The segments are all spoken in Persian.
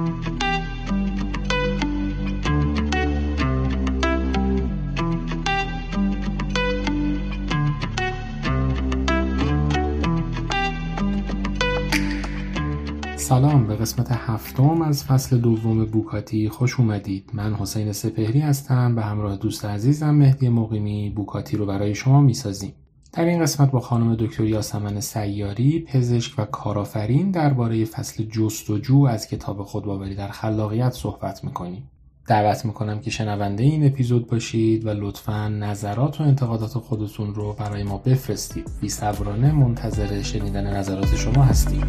سلام، به قسمت 7 از فصل دوم بوکاتی خوش اومدید. من حسین سپهری هستم، به همراه دوست عزیزم مهدی مقیمی بوکاتی رو برای شما میسازیم. در این قسمت با خانم دکتر یاسمن سیاری، پزشک و کارآفرین، درباره فصل جستجو از کتاب خودباوری در خلاقیت صحبت میکنیم. دعوت میکنم که شنونده این اپیزود باشید و لطفاً نظرات و انتقادات خودتون رو برای ما بفرستید. بی‌صبرانه منتظر شنیدن نظرات شما هستیم.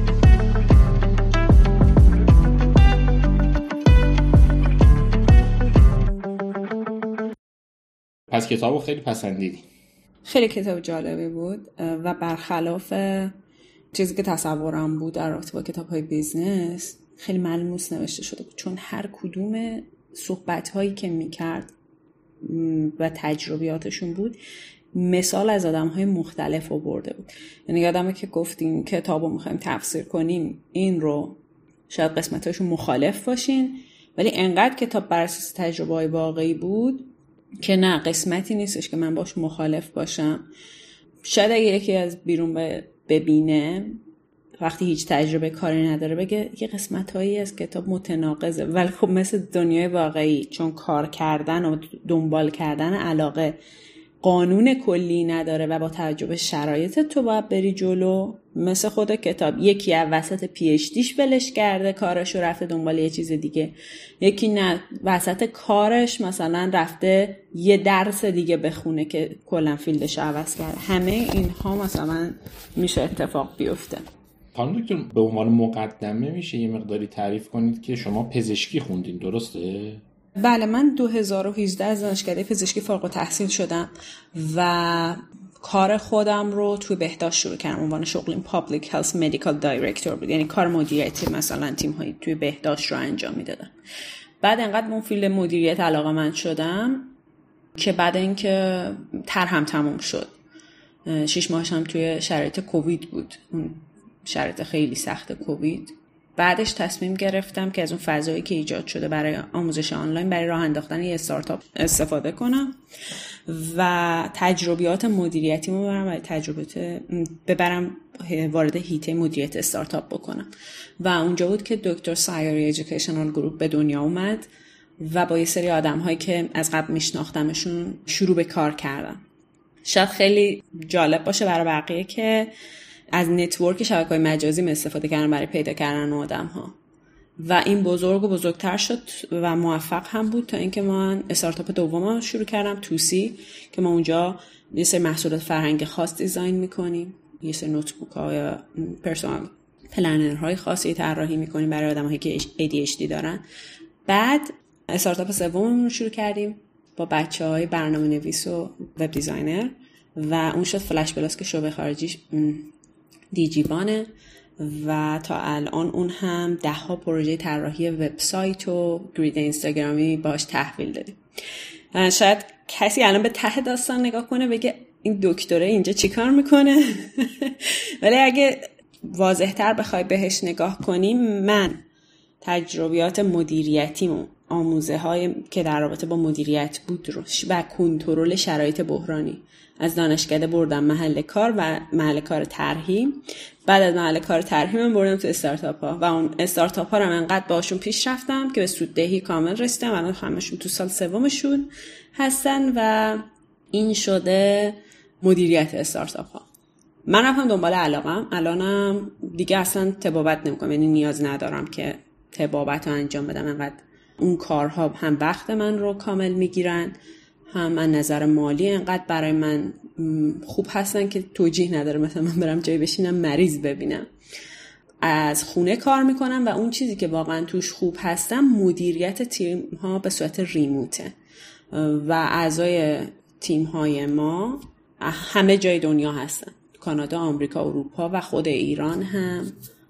پس کتابو خیلی پسندیدی؟ خیلی کتاب جالبی بود و برخلاف چیزی که تصورم بود در رابطه با کتاب‌های بیزنس خیلی ملموس نوشته شده بود، چون هر کدوم صحبت‌هایی که می‌کرد و تجربیاتشون بود مثال از آدم‌های مختلف آورده بود. یعنی یادمه که گفتیم کتابو می‌خوایم تفسیر کنیم، این رو شاید قسمتاشون مخالف باشین، ولی انقدر کتاب بر اساس تجربه‌های واقعی بود که نه قسمتی نیستش که من باش مخالف باشم. شاید اگه یکی از بیرون ببینه وقتی هیچ تجربه کاری نداره بگه یه قسمت‌هایی از کتاب متناقضه، ولی خب مثل دنیای واقعی چون کار کردن و دنبال کردن علاقه قانون کلی نداره و با توجه به شرایطت تو باید بری جلو. مثل خود کتاب یکی از وسط پی اچ دیش ولش کرده کارشو رفته دنبال یه چیز دیگه، یکی نه وسط کارش مثلا رفته یه درس دیگه بخونه که کلا فیلدش عوض کرده. همه اینها مثلا میشه اتفاق بیفته. خانم دکتر به عنوان مقدمه میشه یه مقداری تعریف کنید که شما پزشکی خوندین، درسته؟ بله، من 2018 از دانشکده پزشکی فارغ التحصیل شدم و کار خودم رو توی بهداشت شروع کردم. عنوان شغلیم Public Health Medical Director بود، یعنی کار مدیریتی مثلا تیم‌هایی توی بهداشت رو انجام میدادم. بعد انقدر به اون فیلد مدیریت علاقه‌مند شدم که بعد اینکه طرحم تموم شد 6 ماهش هم توی شرایط کووید بود، اون شرایط خیلی سخت کووید، بعدش تصمیم گرفتم که از اون فضایی که ایجاد شده برای آموزش آنلاین برای راه انداختن یه استارتاپ استفاده کنم و تجربیات مدیریتیمو ببرم وارد هیته مدیریت استارتاپ بکنم. و اونجا بود که دکتر سیاری ادویکیشنال گروپ به دنیا اومد و با یه سری آدم‌هایی که از قبل میشناختمشون شروع به کار کردم. شاید خیلی جالب باشه برای بقیه که از نتورک شبکه‌های مجازی استفاده کردن برای پیدا کردن آدم‌ها و این بزرگ و بزرگتر شد و موفق هم بود تا اینکه من استارتاپ دومم شروع کردم توسی که ما اونجا یه سری محصولات فرهنگ خاص دیزاین می‌کنیم، یه سری نوتبوک‌ها یا پرسونال پلنرهای خاصی طراحی می‌کنیم برای آدم‌هایی که ADHD دارن. بعد استارتاپ سوممون رو شروع کردیم با بچه‌های برنامه‌نویس و وب دیزاینر و اون شد فلش بلاس که شعبه خارجیش دیجیبانه و تا الان اون هم 10 پروژه طراحی وبسایت و گرید اینستاگرامی باش تحویل دادیم. شاید کسی الان به ته داستان نگاه کنه بگه این دکتره اینجا چیکار میکنه؟ ولی اگه واضح‌تر بخوای بهش نگاه کنیم، من تجربیات مدیریتیمو، آموزه های که در رابطه با مدیریت بود رو و کنترل شرایط بحرانی از دانشکده بردم محل کار و محل کار طرحی. بعد از محل کار طرحی من بردم تو استارتاپ ها و اون استارتاپ ها رو من انقدر باشون پیش رفتم که به سوددهی کامل رسیدم. الان همشون تو سال سومشون هستن و این شده مدیریت استارتاپ ها. من رفتم دنبال علاقم، الانم دیگه اصلا طبابت نمیکنم، یعنی نیاز ندارم که طبابت رو انجام بدم. انقدر اون کارها هم وقت من رو کامل میگیرن، هم از نظر مالی انقدر برای من خوب هستن که توجیه نداره مثلا من برم جایی بشینم مریض ببینم. از خونه کار میکنم و اون چیزی که واقعا توش خوب هستم مدیریت تیم ها به صورت ریموته و اعضای تیم های ما همه جای دنیا هستن، کانادا، آمریکا، اروپا و خود ایران هم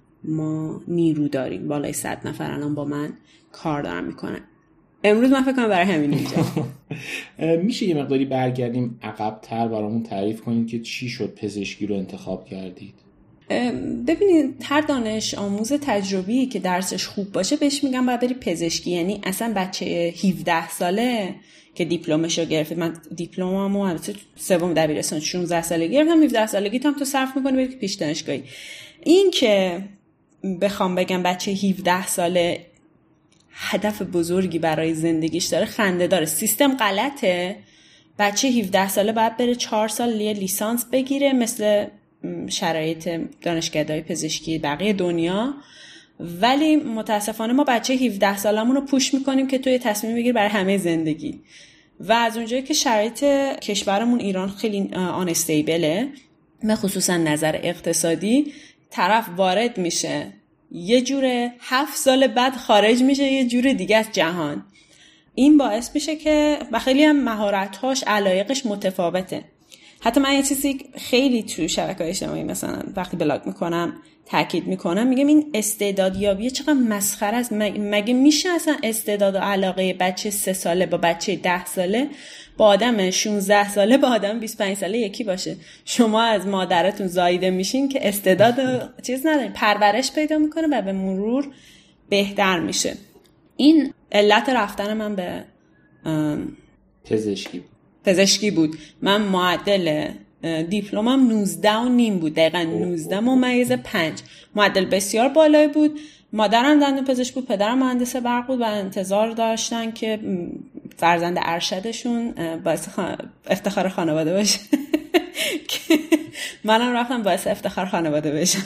ما نیرو داریم. بالای 100 نفر الان با من کار دارن میکنن. امروز من فکر کنم برای همین اینجا. میشه یه مقداری برگردیم عقب‌تر برامون تعریف کنید که چی شد پزشکی رو انتخاب کردید؟ ببینید هر دانش آموز تجربی که درسش خوب باشه بهش میگم باید بری پزشکی. یعنی اصلا بچه 17 ساله که دیپلمشو گرفت، من دیپلممو البته سوم دبیرستان 16 سالگی گرفتم، 17 سالگی تو صرف می‌کنی بری پیش دانشگاهی. این که بخوام بگم بچه 17 ساله هدف بزرگی برای زندگیش داره خنده داره. سیستم غلطه. بچه 17 ساله باید بره 4 سال لیسانس بگیره مثل شرایط دانشگاه‌های پزشکی بقیه دنیا، ولی متاسفانه ما بچه 17 سالمون رو پوش میکنیم که توی تصمیم بگیر برای همه زندگی. و از اونجایی که شرایط کشورمون ایران خیلی آن استیبله، به خصوصا نظر اقتصادی، طرف وارد میشه یه جوره، 7 سال بعد خارج میشه یه جور دیگه از جهان. این باعث میشه که خیلی هم مهارت‌هاش علایقش متفاوته. حتی من یه چیزی خیلی تو شبکه‌های اجتماعی مثلا وقتی بلاگ میکنم تاکید میکنم، میگم این استعدادیابی چقدر مسخره است. مگه میشه اصلا استعداد و علاقه بچه 3 ساله با بچه 10 ساله با آدم 16 ساله با آدم 25 ساله یکی باشه؟ شما از مادرتون زاییده میشین که استعداد چیز ندارین، پرورش پیدا میکنه و به مرور بهتر میشه. این علت رفتن من به پزشکی بود. من معدل دیپلمم 19.5 بود، دقیقاً 19.5. معدل بسیار بالایی بود. مادرم دندون پزشک بود، پدرم مهندس برق بود و انتظار داشتن که فرزند ارشدشون باعث افتخار خانواده باشه. که منم رفتم باعث افتخار خانواده بشم.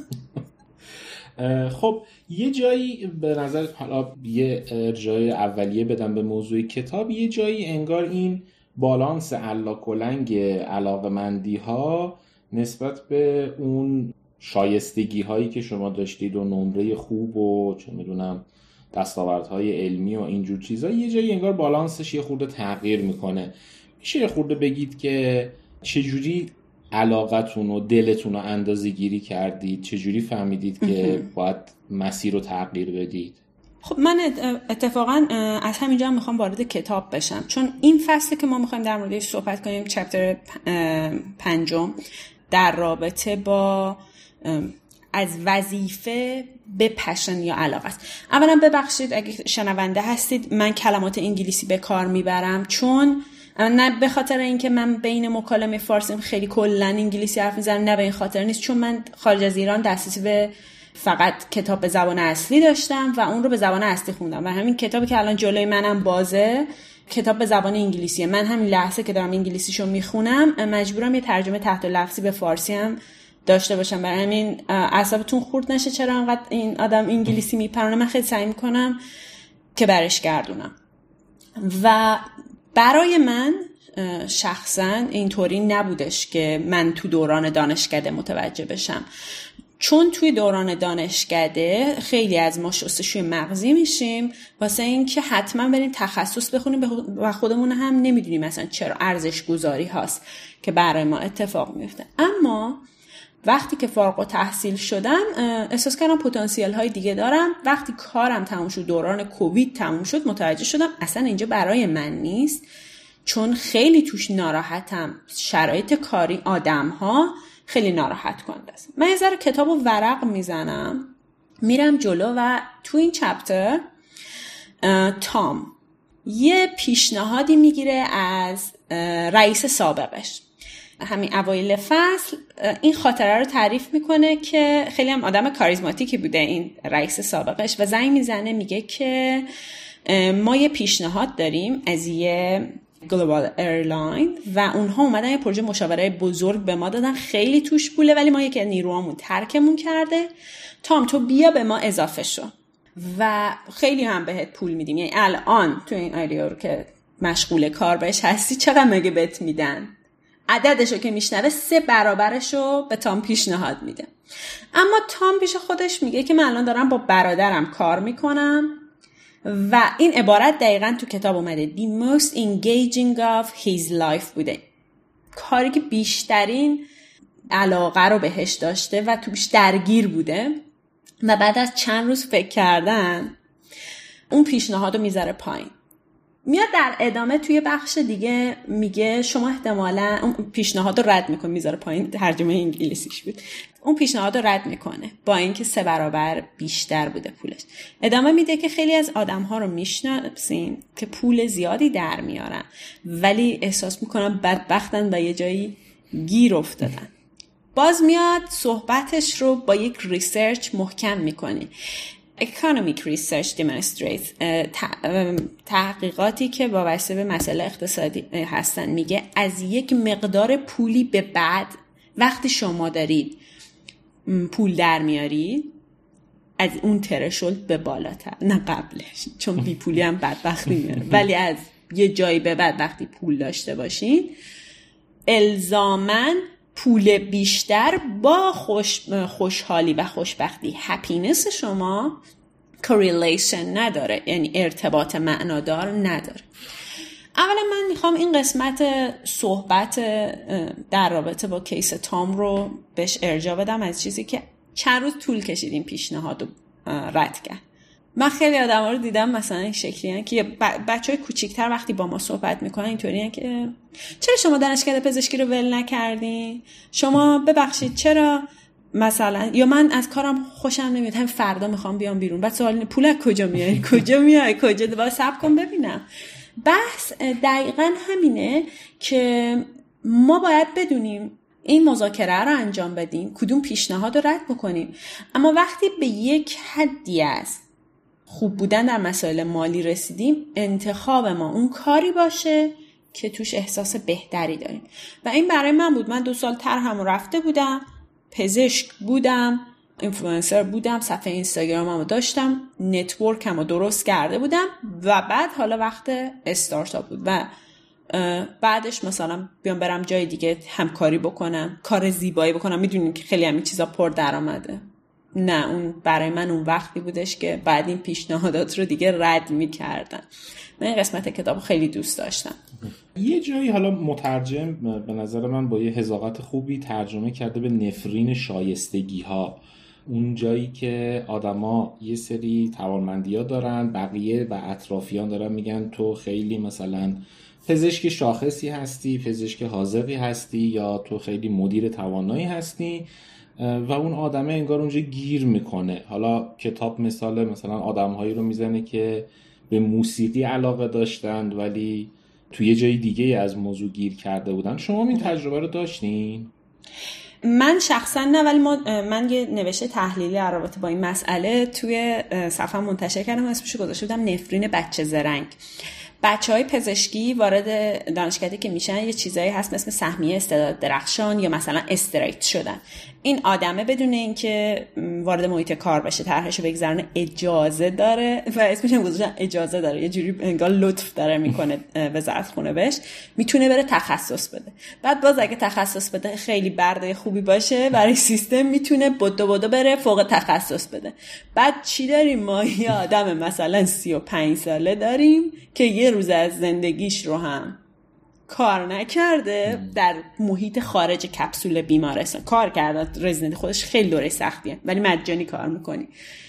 خب یه جایی به نظر، حالا یه ارجاع اولیه بدم به موضوع کتاب، یه جایی انگار این بالانس علاکلنگ علاقمندی ها نسبت به اون شایستگی هایی که شما داشتید و نمره خوب و چه میدونم دستاوردهای علمی و اینجور چیزا، یه جایی انگار بالانسش یه خورده تغییر میکنه. میشه یه خورده بگید که چجوری علاقتون و دلتون رو اندازه گیری کردید؟ چجوری فهمیدید که باید مسیر رو تغییر بدید؟ خب من اتفاقا از همینجا هم میخوام وارد کتاب بشم، چون این فصلی که ما میخوایم در موردش صحبت کنیم، چپتر 5 در رابطه با از وظیفه به پشن یا علاقه است. اولا ببخشید اگه شنونده هستید من کلمات انگلیسی به کار میبرم، چون نه به خاطر اینکه من بین مکالمه فارسیم خیلی کلا انگلیسی حرف میزنم، نه به این خاطر نیست، چون من خارج از ایران دسترسی به فقط کتاب به زبان اصلی داشتم و اون رو به زبان اصلی خوندم و همین کتابی که الان جلوی منم بازه کتاب به زبان انگلیسیه. من همین لحظه که دارم انگلیسیشو میخونم مجبورم یه ترجمه تحت لفظی به فارسی هم داشته باشم، برای همین اعصابتون خورد نشه چرا انقدر این آدم انگلیسی میپرونه. من خیلی سعی میکنم که برش گردونم. و برای من شخصا اینطوری نبودش که من تو دوران دانشکده متوجه بشم، چون توی دوران دانشکده خیلی از ما شستشوی مغزی میشیم واسه این که حتما بریم تخصص بخونیم و خودمون هم نمیدونیم مثلا چرا ارزش گذاری هاست که برای ما اتفاق میفته. اما وقتی که فارغ التحصیل شدم احساس کردم پتانسیل های دیگه دارم. وقتی کارم تموم شد، دوران کووید تموم شد، متوجه شدم اصلا اینجا برای من نیست، چون خیلی توش ناراحتم. شرایط کاری آدم ها خیلی ناراحت کننده است. من یه ذره کتابو ورق میزنم میرم جلو و تو این چپتر تام یه پیشنهادی میگیره از رئیس سابقش. همین اوایل فصل این خاطره رو تعریف میکنه که خیلی هم آدم کاریزماتیکی بوده این رئیس سابقش و زنگ میزنه میگه که ما یه پیشنهاد داریم از یه گلوبال ایرلاین و اونها اومدن یه پروژه مشاوره بزرگ به ما دادن، خیلی توش پوله ولی ما یکی از نیروهامون ترکمون کرده، تام تو بیا به ما اضافه شو و خیلی هم بهت پول میدیم. یعنی الان تو این ایریا رو که مشغول کار بهش هستی چقدر مگه بهت میدن؟ عددشو که میشنوه 3 برابرشو به تام پیشنهاد میده. اما تام پیش خودش میگه که من الان دارم با برادرم کار میکنم و این عبارت دقیقاً تو کتاب اومده The most engaging of his life بوده، کاری که بیشترین علاقه رو بهش داشته و توش درگیر بوده و بعد از چند روز فکر کردن اون پیشنهاد رو میذاره پایین میاد در ادامه توی بخش دیگه میگه شما احتمالاً اون پیشنهاد رو رد میکنه، میذاره پایین، ترجمه انگلیسیش بود، اون پیشنهاد رو رد میکنه با اینکه 3 برابر بیشتر بوده پولش. ادامه میده که خیلی از آدم‌ها رو میشناسیم که پول زیادی در میارن ولی احساس میکنن بدبختن و یه جایی گیر افتادن. باز میاد صحبتش رو با یک ریسرچ محکم میکنه. Economic Research Demonstrates، تحقیقاتی که وابسته به مسئله اقتصادی هستن، میگه از یک مقدار پولی به بعد وقتی شما دارید پول در میارید از اون ترشولد به بالاتر، نه قبلش، چون بی پولی هم بدبختی میاره، ولی از یه جایی به بعد وقتی پول داشته باشین الزاماً پول بیشتر با خوشحالی و خوشبختی هپینس شما correlation نداره، یعنی ارتباط معنادار نداره. اولا من میخوام این قسمت صحبت در رابطه با کیس تام رو بهش ارجاع بدم، از چیزی که چند روز طول کشید این پیشنهاد رو رد کرد. من خیلی آدم‌ها رو دیدم مثلا این شکلی هستن که بچه‌های کوچیک‌تر وقتی با ما صحبت میکنن اینطوری هستن که چرا شما دانشکده پزشکی رو ول نکردین؟ شما ببخشید چرا مثلا، یا من از کارم خوشم نمیاد، همین فردا میخوام بیام بیرون، بعد سوال اینه پول کجا میاری؟ کجا میای؟ کجا باید صبر کن ببینم. بحث دقیقاً همینه که ما باید بدونیم این مذاکره رو انجام بدیم، کدوم پیشنهاد رو رد بکنیم، اما وقتی به یک حدی است خوب بودن در مسائل مالی رسیدیم، انتخاب ما اون کاری باشه که توش احساس بهتری داریم. و این برای من بود. من 2 سال طرحم رفته بودم، پزشک بودم، اینفلوئنسر بودم، صفحه اینستاگراممو داشتم، نتورکمو درست کرده بودم و بعد حالا وقت استارتاپ بود و بعدش مثلا بیام برم جای دیگه همکاری بکنم، کار زیبایی بکنم. میدونین که خیلی همین چیزا پر درآمده. نه، اون برای من اون وقتی بودش که بعد این پیشنهادات رو دیگه رد می‌کردم. من این قسمت کتابو خیلی دوست داشتم. یه جایی حالا مترجم به نظر من با یه حذاقت خوبی ترجمه کرده به نفرین شایستگی ها. اون جایی که آدما یه سری توانمندی‌ها دارن، بقیه و اطرافیان دارن میگن تو خیلی مثلا پزشک شاخصی هستی، پزشک حاذقی هستی، یا تو خیلی مدیر توانایی هستی و اون آدمه انگار اونجا گیر میکنه. حالا کتاب مثلا آدم‌هایی رو میزنه که به موسیقی علاقه داشتند ولی توی یه جای دیگه از موضوع گیر کرده بودن. شما این تجربه رو داشتین؟ من شخصا نه، ولی من یه نوشته تحلیلی در رابطه با این مسئله توی صفحه منتشر کردم، اسمش رو گذاشته بودم نفرین بچه زرنگ. بچه‌های پزشکی وارد دانشکده که میشن یه چیزایی هست مثل سهمیه استعداد درخشان یا مثلا استریت شدن. این آدمه بدون اینکه وارد محیط کار بشه طرحشو بگذرونه اجازه داره و اسمش هم گذاشتن اجازه داره، یه جوری انگار لطف داره میکنه وزارت خونه بهش، میتونه بره تخصص بده. بعد باز اگه تخصص بده خیلی برده خوبی باشه برای سیستم، میتونه بدو بره فوق تخصص بده. بعد چی داریم ما؟ یه آدم مثلا 35 ساله داریم که یه روز از زندگیش رو هم کار نکرده، در محیط خارج کپسول بیمارستان کار کرده، رزیدنت خودش خیلی دوره سختیه ولی مجانی کار میکنی.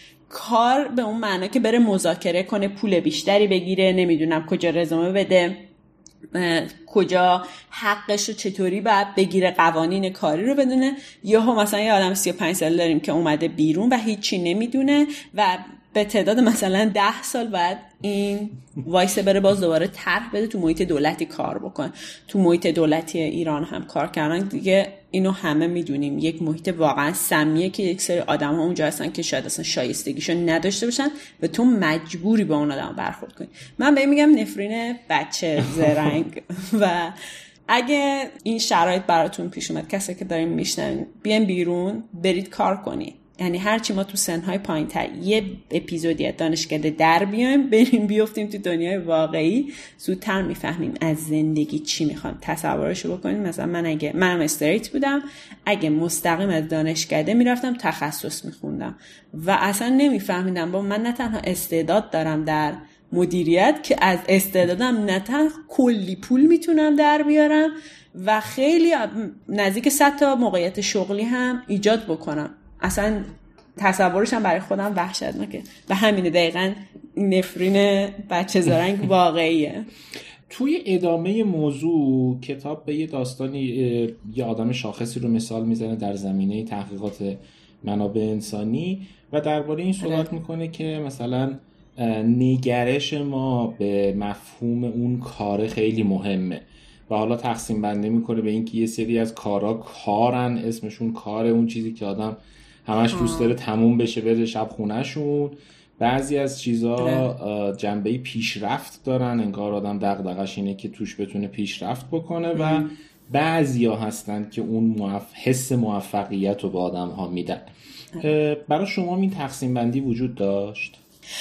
کار به اون معنا که بره مذاکره کنه، پول بیشتری بگیره، نمیدونم کجا رزومه بده، کجا حقش رو چطوری باید بگیره، قوانین کاری رو بدونه. یهو مثلا یه آدم 35 سال داریم که اومده بیرون و هیچی نمیدونه و به تعداد مثلا 10 سال بعد این وایسه بره باز دوباره طرح بده تو محیط دولتی کار بکنه. تو محیط دولتی ایران هم کار کردن دیگه، اینو همه میدونیم، یک محیط واقعا سمیه که یک سری آدم ها اونجا هستن که شاید اصلا شایستگیشو نداشته باشن و تو مجبوری با اون آدم برخورد کنی. من به این میگم نفرین بچه زرنگ. و اگه این شرایط براتون پیش اومد، کسی که دارین میشنن، بیاین بیرون، برید کار کنید. یعنی هرچی ما تو سنهای پایین تر یه اپیزودی از دانشکده در بیایم، بریم بیافتیم تو دنیای واقعی، زودتر میفهمیم از زندگی چی میخوایم. تصورشو بکنیم مثلا منم استریت بودم، اگه مستقیم از دانشکده میرفتم تخصص میخوندم و اصلا نمیفهمیدم با من نه تنها استعداد دارم در مدیریت که از استعدادم نه تنها کلی پول میتونم در بیارم و خیلی نزدیک 100 تا موقعیت شغلی هم ایجاد بکنم. اصلا تصورش هم برای خودم وحشتناکه و همینه دقیقاً نفرین بچه زرنگ واقعیه. توی ادامه موضوع کتاب به یه داستانی یه آدم شاخصی رو مثال میزنه در زمینه تحقیقات منابع انسانی و درباره این صحبت میکنه که مثلا نگرش ما به مفهوم اون کار خیلی مهمه و حالا تقسیم بندی میکنه به اینکه یه سری از کارا کارن، اسمشون کاره، اون چیزی که آدم همش دوست داره تموم بشه بره شب خونهشون. بعضی از چیزا جنبه پیشرفت دارن، انگار آدم دغدغش اینه که توش بتونه پیشرفت بکنه و بعضیا هستن که اون حس موفقیت رو به آدم ها میدن. برای شما این تقسیم بندی وجود داشت؟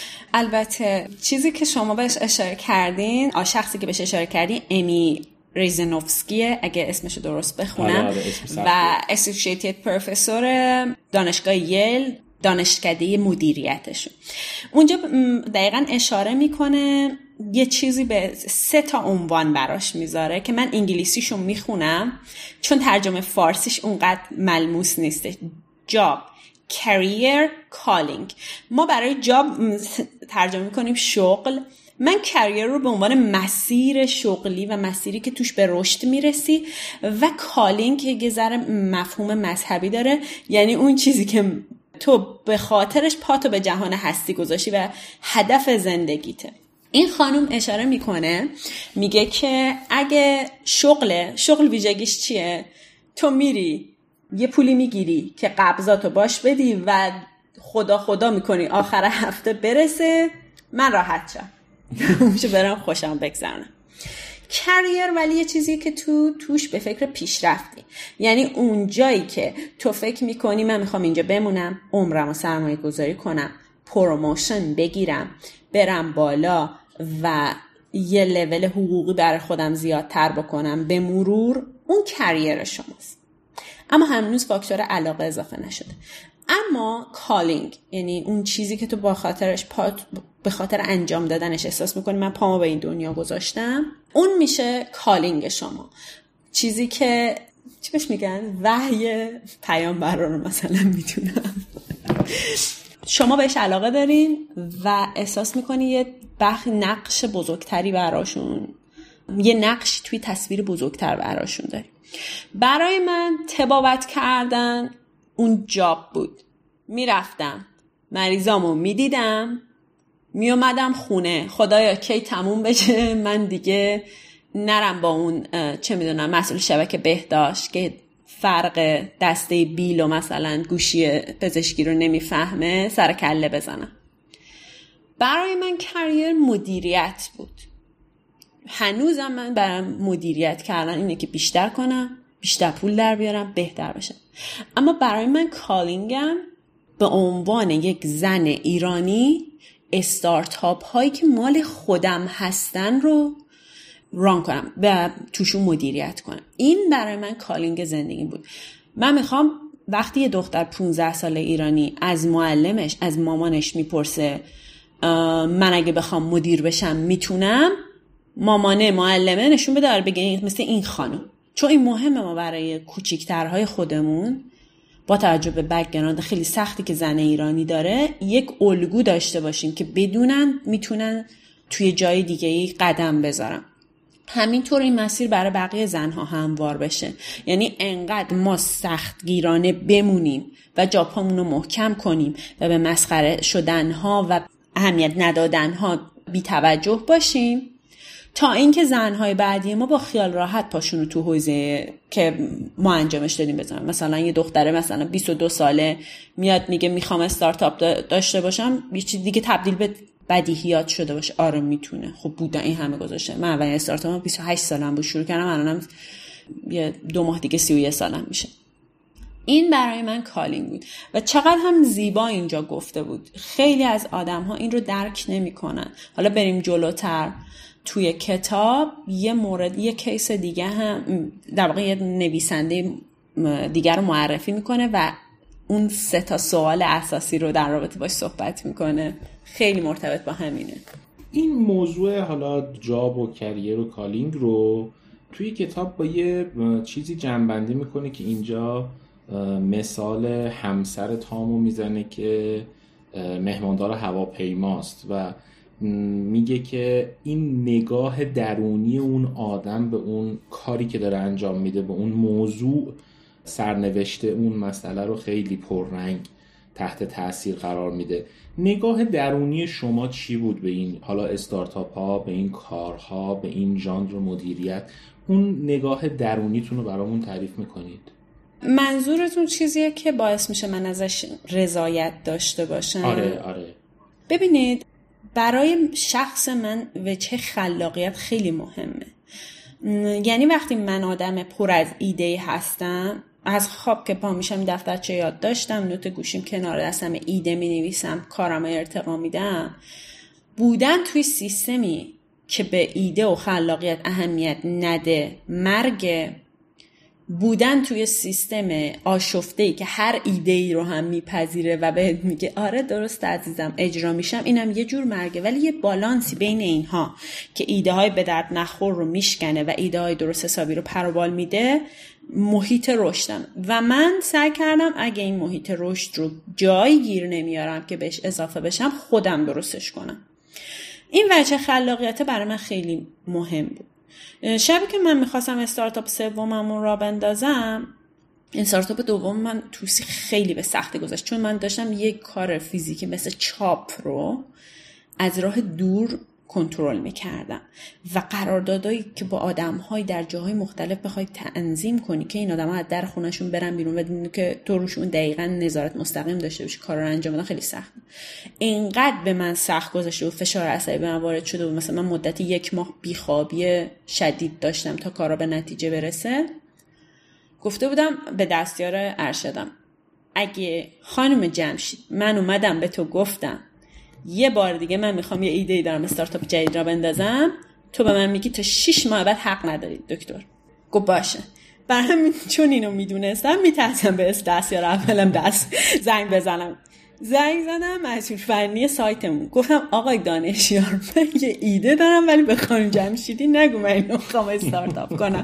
البته چیزی که شما بهش اشاره کردین، شخصی که بهش اشاره کردین امی ریزنوفسکیه اگه اسمشو درست بخونم و اسوسییتد پروفسور دانشگاه ییل، دانشکده مدیریتشون. اونجا دقیقاً اشاره میکنه، یه چیزی به 3 عنوان براش میذاره که من انگلیسیشو میخونم چون ترجمه فارسیش اونقدر ملموس نیسته. جاب، کریر، کالینگ. ما برای جاب ترجمه میکنیم شغل. من کریر رو به عنوان مسیر شغلی و مسیری که توش به رشد میرسی و کالینگ که یه ذره مفهوم مذهبی داره، یعنی اون چیزی که تو به خاطرش پاتو به جهان هستی گذاشتی و هدف زندگیته. این خانم اشاره میکنه، میگه که اگه شغل ویژگیش چیه؟ تو میری یه پولی میگیری که قبضاتو باش بدی و خدا میکنی آخر هفته برسه من راحت شم میشه برم خوشم بگذرونم. کریر ولی یه چیزیه که توش به فکر پیشرفتی، یعنی اون جایی که تو فکر میکنی من میخوام اینجا بمونم، عمرمو سرمایه گذاری کنم، پروموشن بگیرم، برم بالا و یه لول حقوقی برای خودم زیادتر بکنم، به مرور اون کریر شماست. اما هنوز فاکتور علاقه اضافه نشده. اما کالینگ یعنی اون چیزی که تو به خاطر انجام دادنش احساس میکنی من پامو به این دنیا گذاشتم، اون میشه کالینگ شما. چیزی که چی بهش میگن؟ وحی پیامبر رو مثلا میتونم شما بهش علاقه دارین و احساس میکنی یه نقش بزرگتری براشون، یه نقش توی تصویر بزرگتر براشون داری. برای من طبابت کردن اون جاب بود. میرفتم مریضامو میدیدم، میومدم خونه، خدایا کی تموم بشه من دیگه نرم با اون چه میدونم مسئول شبکه بهداشت که فرق دسته بیل و مثلا گوشی پزشکی رو نمیفهمه سر کله بزنم. برای من کریر مدیریت بود. هنوزم من برام مدیریت کردن اینه که بیشتر کنم، بیشتر پول در بیارم، بهتر بشم. اما برای من کالینگم به عنوان یک زن ایرانی استارتاپ هایی که مال خودم هستن رو ران کنم و توشون مدیریت کنم. این برای من کالینگ زندگی بود. من میخوام وقتی یه دختر 15 ساله ایرانی از معلمش، از مامانش میپرسه من اگه بخوام مدیر بشم میتونم، مامانه معلمه نشون بده بگه مثل این خانم. چون این مهمه ما برای کوچیکترهای خودمون با توجه به بک‌گراند خیلی سختی که زن ایرانی داره یک الگو داشته باشیم که بدونن میتونن توی جای دیگه‌ای قدم بذارن. همینطور این مسیر برای بقیه زنها هموار بشه. یعنی انقدر ما سختگیرانه بمونیم و جاپامون رو محکم کنیم و به مسخره شدنها و اهمیت ندادنها بی توجه باشیم تا اینکه زنهای بعدی ما با خیال راحت پاشون رو تو حوزه که ما انجامش دادیم بزنن. مثلا یه دختره مثلا 22 ساله میاد میگه میخوام استارتاپ داشته باشم، یه چیز دیگه تبدیل به بدیهیات شده باشه. آره میتونه. خب بوده این همه گذاشته. من اولین استارتاپم 28 سالم بود شروع کردم، الانم یه 2 ماه دیگه 31 سالم میشه. این برای من کالینگ بود و چقدر هم زیبا اینجا گفته بود. خیلی از آدم‌ها این رو درک نمی‌کنن. حالا بریم جلوتر توی کتاب یه کیس دیگه هم در واقع یه نویسنده دیگر رو معرفی میکنه و اون 3 سوال اساسی رو در رابطه باش صحبت میکنه. خیلی مرتبط با همینه. این موضوع حالا جاب و کریر و کالینگ رو توی کتاب با یه چیزی جمع‌بندی میکنه که اینجا مثال همسر تامو میزنه که مهماندار هواپیماست و میگه که این نگاه درونی اون آدم به اون کاری که داره انجام میده، به اون موضوع، سرنوشته اون مسئله رو خیلی پررنگ تحت تاثیر قرار میده. نگاه درونی شما چی بود به این حالا استارتاپ ها، به این کارها، به این ژانر مدیریت؟ اون نگاه درونیتون رو برامون تعریف میکنید؟ منظورتون چیزیه که باعث میشه من ازش رضایت داشته باشم؟ آره. ببینید، برای شخص من وجه خلاقیت خیلی مهمه. یعنی وقتی من آدم پر از ایده هستم، از خواب که پا میشم دفترچه یاد داشتم، نوت گوشیم کنار دستم، ایده می نویسم، کارم ارتقا میدم. بودن توی سیستمی که به ایده و خلاقیت اهمیت نده مرگ. بودن توی سیستم آشفته‌ای که هر ایده‌ای رو هم میپذیره و بهت میگه آره درست عزیزم اجرا میشم، اینم یه جور مرگه. ولی یه بالانسی بین اینها که ایده های به درد نخور رو میشکنه و ایده های درست حسابی رو پروبال میده، محیط رشدم. و من سعی کردم اگه این محیط رشد رو جایی گیر نمیارم که بهش اضافه بشم، خودم درستش کنم. این وجه خلاقیت برای من خیلی مهم بود. شبی که من میخواستم استارتاپ سوممون را بندازم، استارتاپ دوم من توسی خیلی به سختی گذشت، چون من داشتم یک کار فیزیکی مثل چاپ رو از راه دور کنترل میکردم و قراردادایی که با آدم‌های در جاهای مختلف بخوای تنظیم کنی که این آدم‌ها از در خونه‌شون برن بیرون و دیدن که تو روشون دقیقاً نظارت مستقیم داشته باشی کار رو انجام بدن، خیلی سخت. اینقدر به من سخت گذشته و فشار عصبی به من وارد شده و مثلا من مدت 1 ماه بیخوابی شدید داشتم تا کارا به نتیجه برسه. گفته بودم به دستیار ارشدم اگه خانم جمشید من اومدم به تو گفتم یه بار دیگه من میخوام یه ایده دارم استارتاپ جدید را بندازم، تو به من میگی تا 6 ماه بعد حق ندارید دکتر. گفت باشه. برای همین چون اینو میدونستم میترسم به دستیار اولم زنگ بزنم. زنگ زدم مسئول فنی سایتمون، گفتم آقای دانشیار من یه ایده دارم ولی به خانم جمشیدی نگو من اینو میخوام استارتاپ کنم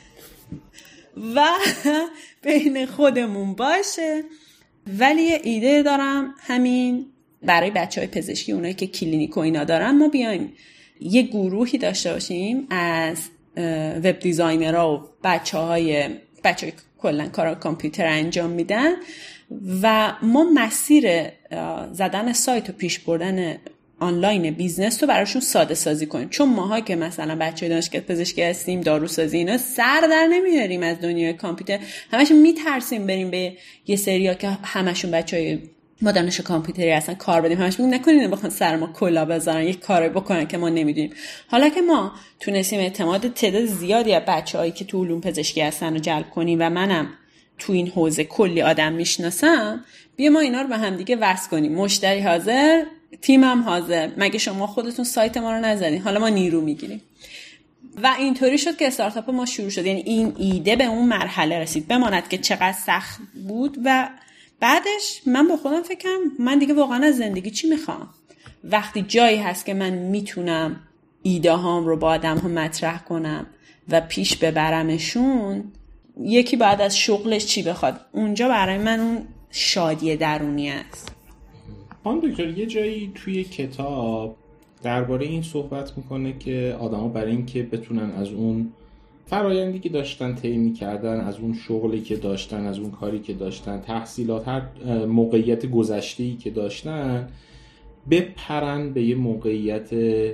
و بین خودمون باشه، ولی یه ایده دارم همین برای بچه‌های پزشکی، اونایی که کلینیک و اینا دارن، ما بیایم یه گروهی داشته باشیم از وب دیزاینرها و بچه‌های کلاً کار کامپیوتر انجام میدن و ما مسیر زدن سایت و پیش بردن آنلاین بیزنس رو براشون ساده سازی کنیم. چون ماها که مثلا بچه‌های دانشگاه پزشکی هستیم، داروسازی اینا، سر در نمیاریم از دنیای کامپیوتر، همشون میترسیم بریم به یه سریا که همشون بچه‌های ما دانش کامپیوتری هستن کار بدیم، همش میگن نکنین بخوان سر ما کلا بذارن یک کاری بکنن که ما نمیدونیم. حالا که ما تونستیم اعتماد تعداد زیادی از بچه‌هایی که تو علوم پزشکی هستن رو جلب کنیم و منم تو این حوزه کلی آدم میشناسم، بیا ما اینا رو به هم دیگه وصل کنیم. مشتری حاضر، تیمم حاضر، مگه شما خودتون سایت ما رو نزدین، حالا ما نیرو میگیریم. و اینطوری شد که استارتاپ ما شروع شد. یعنی این ایده به اون مرحله رسید، بماند که چقدر سخت بود. و بعدش من با خودم فکر کردم من دیگه واقعا از زندگی چی میخوام؟ وقتی جایی هست که من میتونم ایده هام رو با آدم ها مطرح کنم و پیش ببرمشون، یکی بعد از شغلش چی بخواد، اونجا برای من اون شادی درونی است. دکتر یه جایی توی کتاب درباره این صحبت میکنه که آدما برای این که بتونن از اون فرایندی که داشتن طی می‌کردن، از اون شغلی که داشتن، از اون کاری که داشتن، تحصیلات، هر موقعیت گذشته‌ای که داشتن، بپرن به یه موقعیت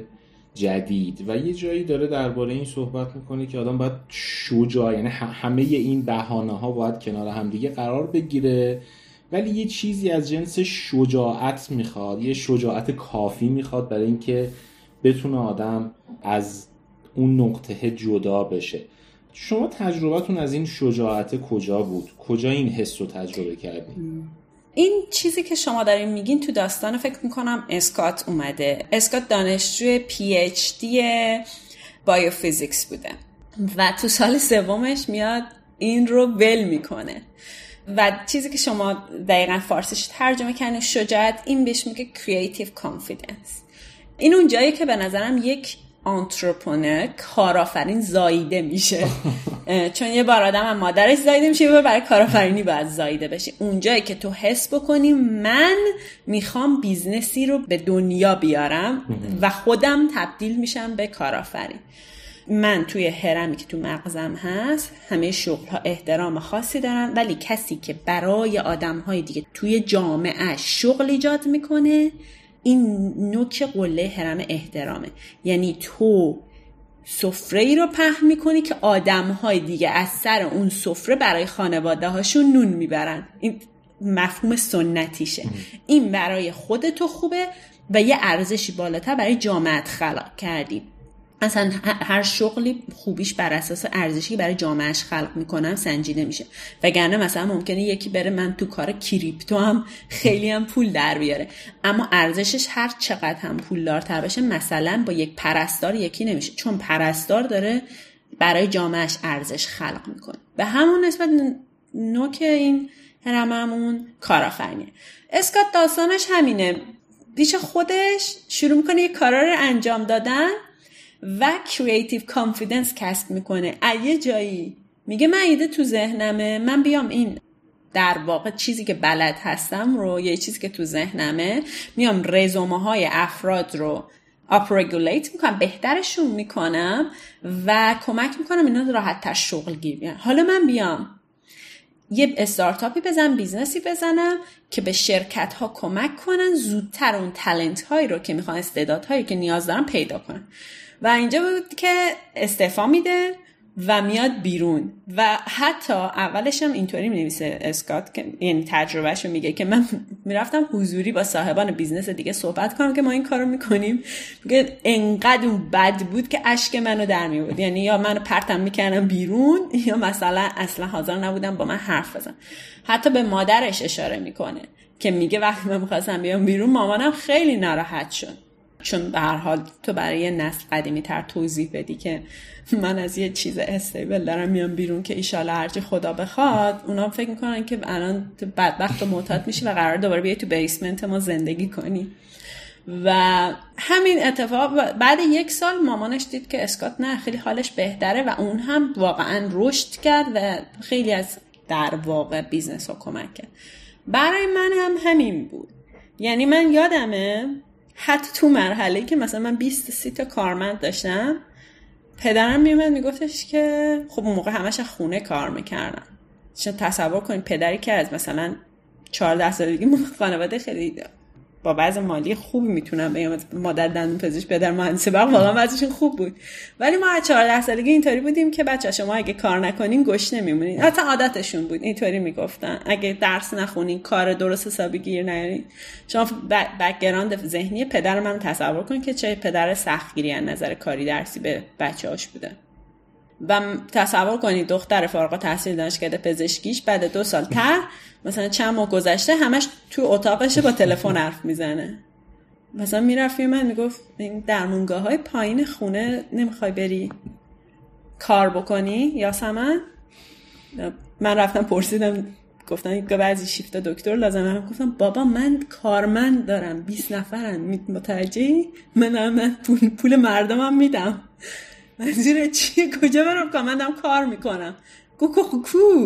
جدید. و یه جایی داره درباره این صحبت میکنه که آدم باید شجاع، یعنی همه این بهانه‌ها باید کنار هم دیگه قرار بگیره، ولی یه چیزی از جنس شجاعت میخواد، یه شجاعت کافی میخواد برای اینکه بتونه آدم از اون نقطه جدا بشه. شما تجربتون از این شجاعت کجا بود؟ کجا این حس رو تجربه کردین؟ این چیزی که شما دارین میگین تو داستان فکر میکنم اسکات اومده. اسکات دانشجوی PhD بایوفیزیکس بوده و تو سال سومش میاد این رو ول میکنه و چیزی که شما دقیقا فارسیش ترجمه کردین شجاعت، این بهش میگه creative confidence. این اون جایی که به نظرم یک آنترپرنور، کارآفرین زاییده میشه. چون یه بار آدم هم مادرش زاییده میشه، یه بار برای کارآفرینی باید زاییده بشه. اونجایی که تو حس بکنی من میخوام بیزنسی رو به دنیا بیارم و خودم تبدیل میشم به کارآفرین. من توی هرمی که تو مغزم هست همه شغل‌ها احترام خاصی دارن، ولی کسی که برای آدم‌های دیگه توی جامعه شغل ایجاد میکنه، این نوک قله هرم احترامه. یعنی تو سفره‌ای رو پهن میکنی که آدم‌های دیگه از سر اون سفره برای خانواده هاشون نون میبرن. این مفهوم سنتیشه. این برای خودتو خوبه و یه ارزشی بالاتر برای جامعه خلق کردی. اصلا هر شغلی خوبیش بر اساس ارزشی برای جامعهش خلق میکنم سنجیده میشه. وگرنه مثلا ممکنه یکی بره من تو کار کریپتو هم خیلی هم پول در بیاره، اما ارزشش هر چقدر هم پولدارتر بشه مثلا با یک پرستار یکی نمیشه، چون پرستار داره برای جامعهش ارزش خلق میکنه. به همون نسبت نوک این هرممون کارآفرینیه. اسکات داستانش همینه، پیش خودش شروع میکنه یه کارا رو انجام دادن و کریتیو کانفیدنس کسب میکنه. یه جایی میگه من ایده تو ذهنمه، من بیام این در واقع چیزی که بلد هستم رو، یه چیزی که تو ذهنمه، میام رزومه های افراد رو اپرگولیت میکنم، بهترشون میکنم و کمک میکنم اینا راحت تر شغل گیر بیان. حالا من بیام یه استارتاپی بزنم، بیزنسی بزنم که به شرکت ها کمک کنن زودتر اون تالنت هایی رو که میخوان، استعدادهایی که نیاز دارن پیدا کنن. و اینجا بود که استعفا میده و میاد بیرون. و حتی اولش هم اینطوری می‌نویسه اسکات که یعنی تجربهشو میگه که من میرفتم حضوری با صاحبان بیزنس دیگه صحبت کنم که ما این کارو میکنیم، میگه انقدر اون بد بود که اشک منو در میورد. یعنی یا منو پرتم میکردم بیرون یا مثلا اصلا حاضر نبودم با من حرف بزنن. حتی به مادرش اشاره میکنه که میگه وقتی من می‌خواستم بیام بیرون مامانم خیلی ناراحت شد، چون به هر حال تو برای یه نسل قدیمی تر توضیح بدی که من از یه چیز استیبل دارم میام بیرون که ایشالا هرچی خدا بخواد، اونا فکر میکنن که الان تو بدبخت و معتاد میشی و قرار دوباره بیای تو بیسمنت ما زندگی کنی. و همین اتفاق بعد 1 سال مامانش دید که اسکات نه خیلی حالش بهتره و اون هم واقعا رشد کرد و خیلی از در واقع بیزنس ها کمک کرد. برای من هم همین بود. یعنی من یادمه حتی تو مرحله‌ای که مثلا من 20-30 تا کارمند داشتم، پدرم میومد میگفتش که خب اون موقع همش خونه کار میکردن. چون تصور کنید پدری که از مثلا 14 سالگی خانواده خیلی با وضع مالی خوبی میتونم بگم، مادر دندونپزشک پدر مهندس برق، واقعا وضعشون خوب بود، ولی ما از 14 سالگی اینطوری بودیم که بچه‌ها شما اگه کار نکنین گشنه میمونین. حتی عادتشون بود اینطوری میگفتن اگه درس نخونین، کار درست حسابی گیر نیارین. شما بک‌گراند ذهنی پدر من تصور کنید که چه پدر سختگیری از نظر کاری درسی به بچه‌هاش بوده. و تصور کنید دختر فارغ التحصیل دانشکده پزشکیش بعد 2 سال مثلا چند ماه گذشته همش تو اتاقشه با تلفن حرف میزنه. مثلا میرفت من میگفت این درمونگاه‌های پایین خونه نمیخوای بری کار بکنی یاسمن؟ من رفتم پرسیدم، گفتن که بعضی شیفت دکتر لازمه. من گفتم بابا من کارمند دارم 20 نفرن، متوجهی؟ من پول مردمم میدم. منظور چیه؟ کجا برم کنم؟ من دارم کار میکنم. کو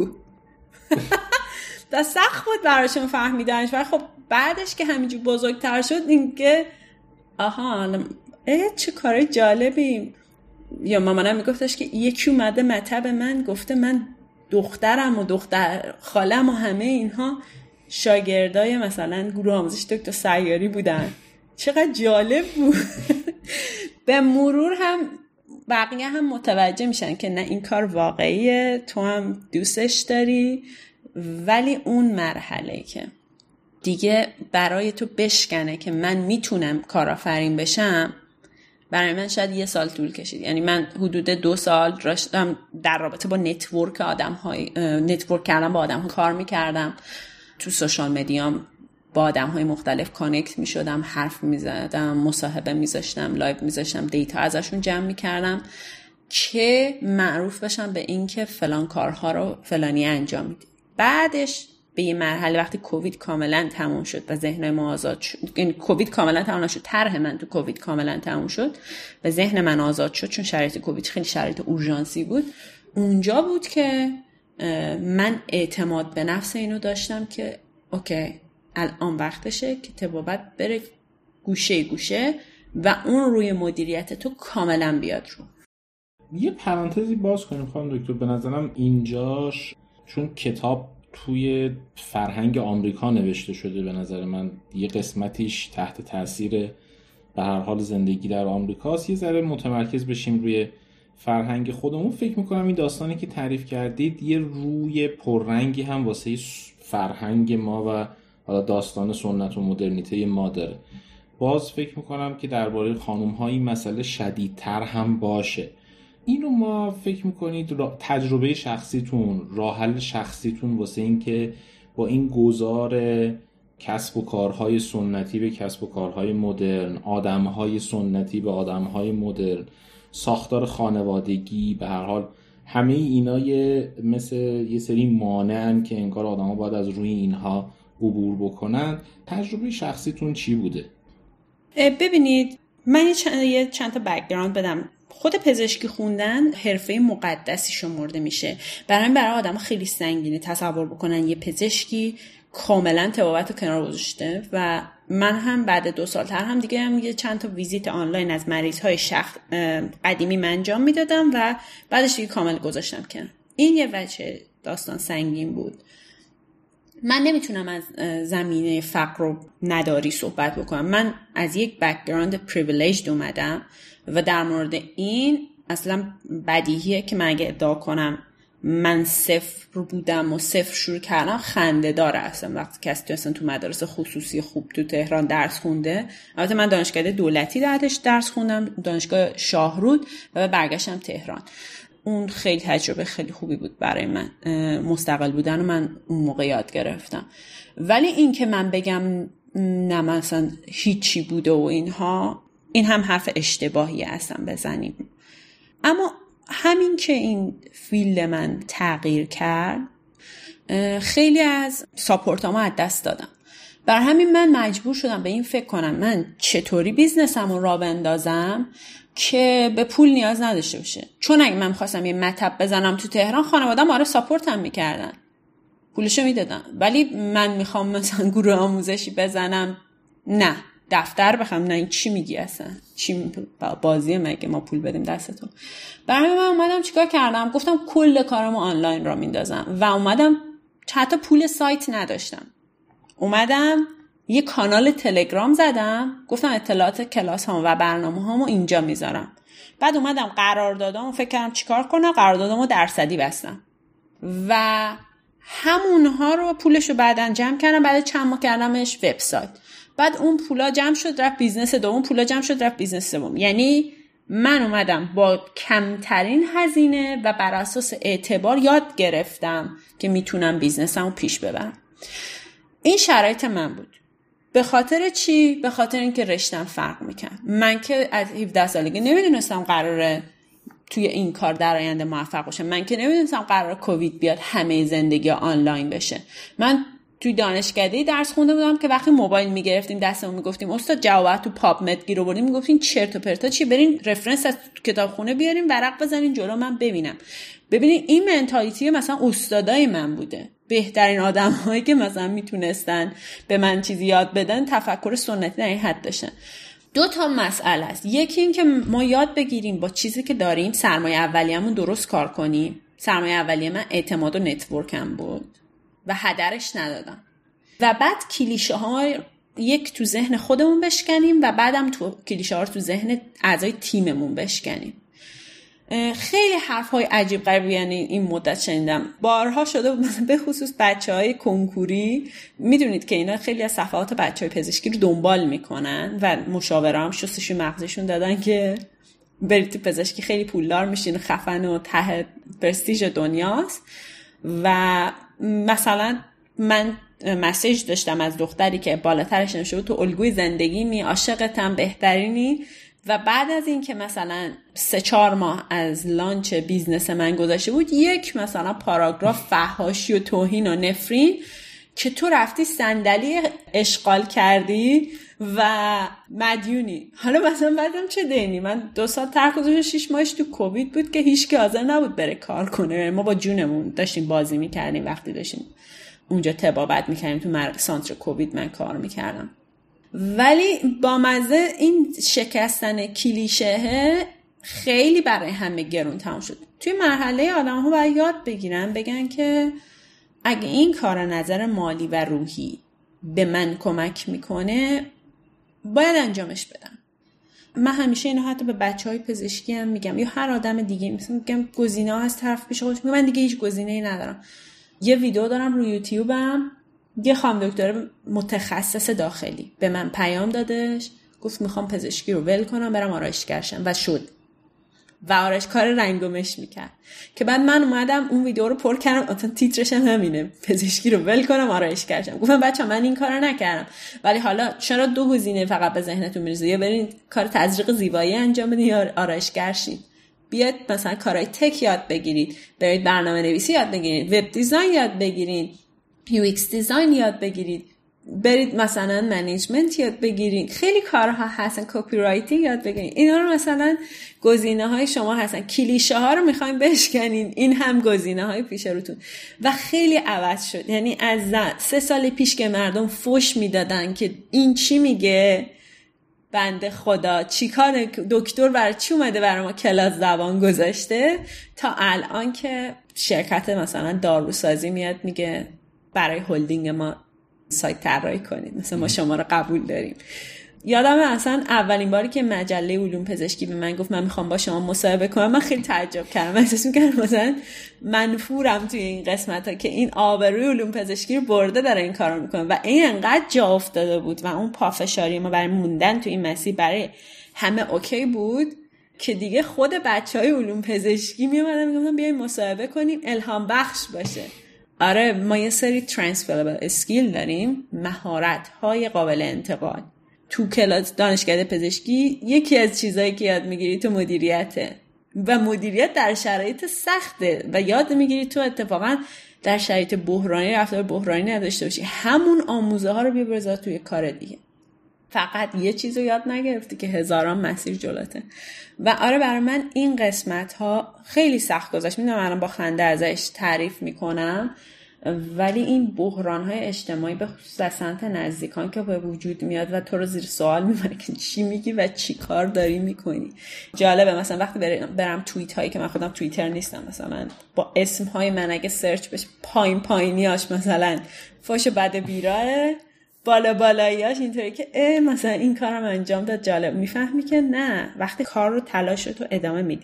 دا سخت بود براشون فهمیدنش. ولی خب بعدش که همینجور بزرگتر شد این که آها چه کار جالبی. یا مامانم میگفتش که یکی اومده مطب من گفته من دخترم و دختر خالم و همه اینها شاگردای مثلا گروه آموزش دکتر سیاری بودن. چقدر جالب بود. به مرور هم بقیه هم متوجه میشن که نه این کار واقعیه، تو هم دوستش داری، ولی اون مرحله که دیگه برای تو بشکنه که من میتونم کارآفرین بشم، برای من شاید 1 سال طول کشید. یعنی من حدود 2 سال داشتم در رابطه با نتورک کردن با آدم ها کار میکردم. تو سوشال مدیام با آدم های مختلف کانکت میشدم، حرف میزدم، مصاحبه میذاشتم، لایو میذاشتم، دیتا ازشون جمع میکردم که معروف بشم به این که فلان کارها رو فلانی انجام میده. بعدش به یه مرحله وقتی کووید کاملا تموم شد و ذهن ما آزاد شد، یعنی کووید کاملا تموم نشد، طرح من تو کووید کاملا تموم شد و ذهن من آزاد شد، چون شرایط کووید خیلی شرایط اورژانسی بود. اونجا بود که من اعتماد به نفس اینو داشتم که اوکی الان وقتشه که طبابت بره گوشه و اون روی مدیریت تو کاملا بیاد رو. یه پرانتزی باز کنیم خانم دکتر، به نظرم اینجاش چون کتاب توی فرهنگ آمریکا نوشته شده، به نظر من یه قسمتیش تحت تاثیر به هر حال زندگی در آمریکاست، یه ذره متمرکز بشیم روی فرهنگ خودمون. فکر میکنم این داستانی که تعریف کردید یه روی پررنگی هم واسه فرهنگ ما و داستان سنت و مدرنیته ما داره. باز فکر میکنم که درباره خانم‌ها این مسئله شدیدتر هم باشه. اینو ما فکر میکنید تجربه شخصیتون، راه حل شخصیتون واسه این که با این گذار کسب و کارهای سنتی به کسب و کارهای مدرن، آدمهای سنتی به آدمهای مدرن، ساختار خانوادگی، به هر حال همه اینا مثل یه سری مانعن که انگار آدم‌ها باید از روی اینها عبور بکنن. تجربه شخصیتون چی بوده؟ ببینید من یه چند تا بک‌گراند بدم. خود پزشکی خوندن حرفه مقدسی شمرده میشه، برای آدم خیلی سنگینه تصور بکنن یه پزشکی کاملا طبابت رو کنار گذاشته. و من هم بعد 2 سال تر هم دیگه یه چند تا ویزیت آنلاین از مریض‌های قدیمی من انجام میدادم و بعدش دیگه کامل گذاشتم کنار. این یه وجه داستان سنگین بود. من نمیتونم از زمینه فقر و نداری صحبت بکنم. من از یک بک‌گراند پریویلیجد اومدم و در مورد این اصلا بدیهیه که من اگه ادعا کنم من صفر بودم و صفر شروع کردم خنده داره. اصلا وقتی کسی اصلا تو مدارس خصوصی خوب تو تهران درس خونده، البته من دانشگاه دولتی درس خوندم، دانشگاه شاهرود، و برگشتم تهران. اون خیلی تجربه خیلی خوبی بود برای من، مستقل بودن و من اون موقع یاد گرفتم. ولی این که من بگم نه مثلا هیچی بوده و اینها، این هم حرف اشتباهی هستم بزنیم. اما همین که این فیلد من تغییر کرد، خیلی از ساپورتامو از دست دادم. بر همین من مجبور شدم به این فکر کنم من چطوری بیزنسم رو راه بندازم که به پول نیاز نداشته باشه. چون اگه من خواستم یه مطب بزنم تو تهران، خانواده‌ام آره ساپورتم میکردن، پولشو میدادن. ولی من میخوام مثلا گروه آموزشی بزنم، نه دفتر بخوام، نه این چی میگی اصلا، چی بازیه مگه ما پول بدیم دستتون. برای من اومدم چیکار کردم؟ گفتم کل کارمو آنلاین را میندازم و اومدم حتی پول سایت نداشتم، اومدم یه کانال تلگرام زدم، گفتم اطلاعات کلاس ها و برنامه هامو اینجا میذارم. بعد اومدم قراردادامو فکر کردم چیکار کنم، قراردادامو درصدی بستم و همونها رو پولشو بعدن جمع کردم. بعد چند ماه کردمش وبسایت. بعد اون پولا جمع شد رفت بیزنس دوم، پولا جمع شد رفت بیزنس سوم. یعنی من اومدم با کمترین هزینه و بر اساس اعتبار یاد گرفتم که میتونم بیزنسمو پیش ببرم. این شرایط من بود. به خاطر چی؟ به خاطر اینکه رشتم فرق میکنه. من که از 17 سالگی نمیدونستم قراره توی این کار در آینده موفق باشم. من که نمیدونستم قراره کووید بیاد همه زندگی آنلاین بشه. من توی دانشکده درس خونده بودم که وقتی موبایل میگرفتیم دستمون میگفتیم استاد جواب تو پاپ مت گیر آوردیم، میگفتین چرت و پرتا چی، برین رفرنس از کتابخونه بیارین ورق بزنین جلو من ببینم. ببینین این منتالیتی مثلا استادای من بوده. بهترین آدم‌هایی که مثلا میتونستن به من چیزی یاد بدن تفکر سنتی در این حد داشتن. 2 تا مسئله است. یکی این که ما یاد بگیریم با چیزی که داریم سرمایه اولیه‌مون درست کار کنیم. سرمایه اولیه من اعتماد و نتورکم بود و هدرش ندادم. و بعد کلیشه ها یک تو ذهن خودمون بشکنیم و بعدم تو کلیشه ها رو تو ذهن اعضای تیممون بشکنیم. خیلی حرف‌های عجیب غریبی یعنی این مدت شنیدم. بارها شده مثلا به خصوص بچه‌های کنکوری، میدونید که اینا خیلی از صفحات بچه‌های پزشکی رو دنبال میکنن و مشاوره هم شستشوی مغزشون دادن که برید تو پزشکی خیلی پولدار میشین، خفن و ته پرستیژ دنیاست. و مثلا من مسیج داشتم از دختری که بالاترش نشه بود تو الگوی زندگی می عاشقتم بهترینی. و بعد از این که مثلا 3-4 ماه از لانچ بیزنس من گذشته بود، یک مثلا پاراگراف فحاشی و توهین و نفرین که تو رفتی صندلی اشغال کردی و مدیونی. حالا مثلا بعدم چه دینی؟ من 2 سال ترک 6 ماهش تو کووید بود که هیچ کی حاضر نبود بره کار کنه. ما با جونمون داشتیم بازی میکردیم وقتی داشتیم اونجا طبابت میکردیم. تو سانتر کووید من کار میکردم. ولی با مزه این شکستن کلیشه خیلی برای همه گرون تمام شد. توی مرحله آدم ها باید یاد بگیرن بگن که اگه این کار نظر مالی و روحی به من کمک میکنه باید انجامش بدم. من همیشه اینو حتی به بچهای پزشکی هم میگم یا هر آدم دیگه، مثلا میگم گزینه‌ها از طرف پیش خودش، من دیگه هیچ گزینه‌ای ندارم. یه ویدیو دارم روی یوتیوبم، یه خانم دکتر متخصص داخلی به من پیام دادش، گفت میخوام پزشکی رو ول کنم برم آرایشگر شم و شد. و آرش کار رنگومش میکرد که بعد من اومدم اون ویدیو رو پر کردم، اصلا تیترش هم همینه، پزشکی رو ول کنم آرایشگر شم. گفتم بچه‌ها من این کارو نکردم، ولی حالا چرا 2 گزینه فقط به ذهنتون میرسه؟ یا برید کار تزریق زیبایی انجام بدین یا آرایشگر شین. بیاید مثلا کارهای تک یاد بگیرید، برید برنامه نویسی یاد بگیرید، وب دیزاین یاد بگیرید، یو ایکس دیزاین یاد بگیرید، برید مثلا منیجمنت یاد بگیرید. خیلی کارها هستن، کپی رایتینگ یاد بگیرید. اینا رو مثلا گزینه‌های شما هستن. کلیشه ها رو می‌خوایم بشکنین، این هم گزینه‌های پیش روتون. و خیلی عوض شد. یعنی از 3 سال پیش که مردم فوش میدادن که این چی میگه، بنده خدا چیکار، دکتر برای چی اومده برای ما کلاس زبان گذاشته، تا الان که شرکت مثلا داروسازی میاد میگه برای هلدینگ ما سایت طراحی کنید، مثلا ما شما رو قبول داریم. یادم اصلا اولین باری که مجله علوم پزشکی به من گفت من میخوام با شما مصاحبه کنم، من خیلی تعجب کردم. من احساس میکردم مثلا منفورم توی این قسمت ها که این آبروی علوم پزشکی رو برده داره این کار رو میکنه. و این انقدر جا افتاده بود و اون پافشاری ما برای موندن توی این مسیر برای همه اوکی بود که دیگه خود بچهای علوم پزشکی میومدن میگفتن بیاین مصاحبه کنیم، الهام بخش باشه. آره ما یه سری ترانسفربل اسکیل داریم، مهارت‌های قابل انتقال. تو کلاس دانشکده پزشکی یکی از چیزایی که یاد میگیری تو مدیریته و مدیریت در شرایط سخته و یاد میگیری تو اتفاقا در شرایط بحرانی رفتار بحرانی نداشته باشی. همون آموزه ها رو ببرز توی کار دیگه. فقط یه چیزو یاد نگرفتی که هزاران مسیر جلوته. و آره برای من این قسمت ها خیلی سخت گذشت. میدونم الان با خنده ازش تعریف میکنم، ولی این بحران های اجتماعی به خصوص از سمت نزدیکان که به وجود میاد و تو رو زیر سوال میبره که چی میگی و چی کار داری میکنی. جالبه مثلا وقتی برم توییت هایی که من خودم توییتر نیستم، مثلا با اسم های من اگه سرچ بشه پایینیاش مثلا فوش بد بیراه، بالاییاش اینطوری که مثلا این کارم انجام داد. جالب میفهمی که نه، وقتی کار رو تلاش رو تو ادامه میدی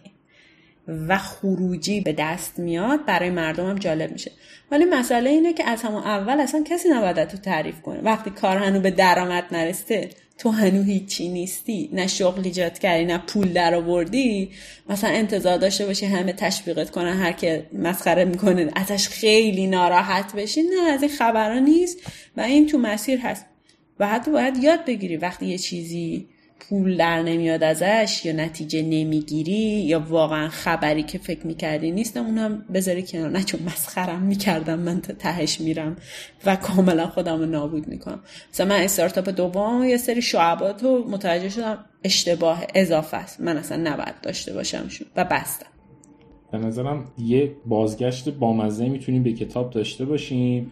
و خروجی به دست میاد برای مردم هم جالب میشه. ولی مسئله اینه که از همون اول اصلا کسی نباید تو تعریف کنه. وقتی کار هنو به درآمد نرسته، تو هنو هیچی نیستی، نه شغل ایجاد کردی نه پول در آوردی، مثلا انتظار داشته باشی همه تشویقت کنن، هر که مسخره میکنه ازش خیلی ناراحت بشی. نه، از این خبرها نیست و این تو مسیر هست. و حتی باید یاد بگیری وقتی یه چیزی پول در نمیاد ازش یا نتیجه نمیگیری یا واقعا خبری که فکر میکردی نیست، اونم بذاری کنار. نه چون مسخرم میکردم من تا تهش میرم و کاملا خودم رو نابود میکنم. مثلا من استارتاپ دوم یه سری شعبات رو متوجه شدم اشتباه اضافه است، من اصلا نباید داشته باشم و بستم. به نظرم یه بازگشت بامزه میتونیم به کتاب داشته باشیم.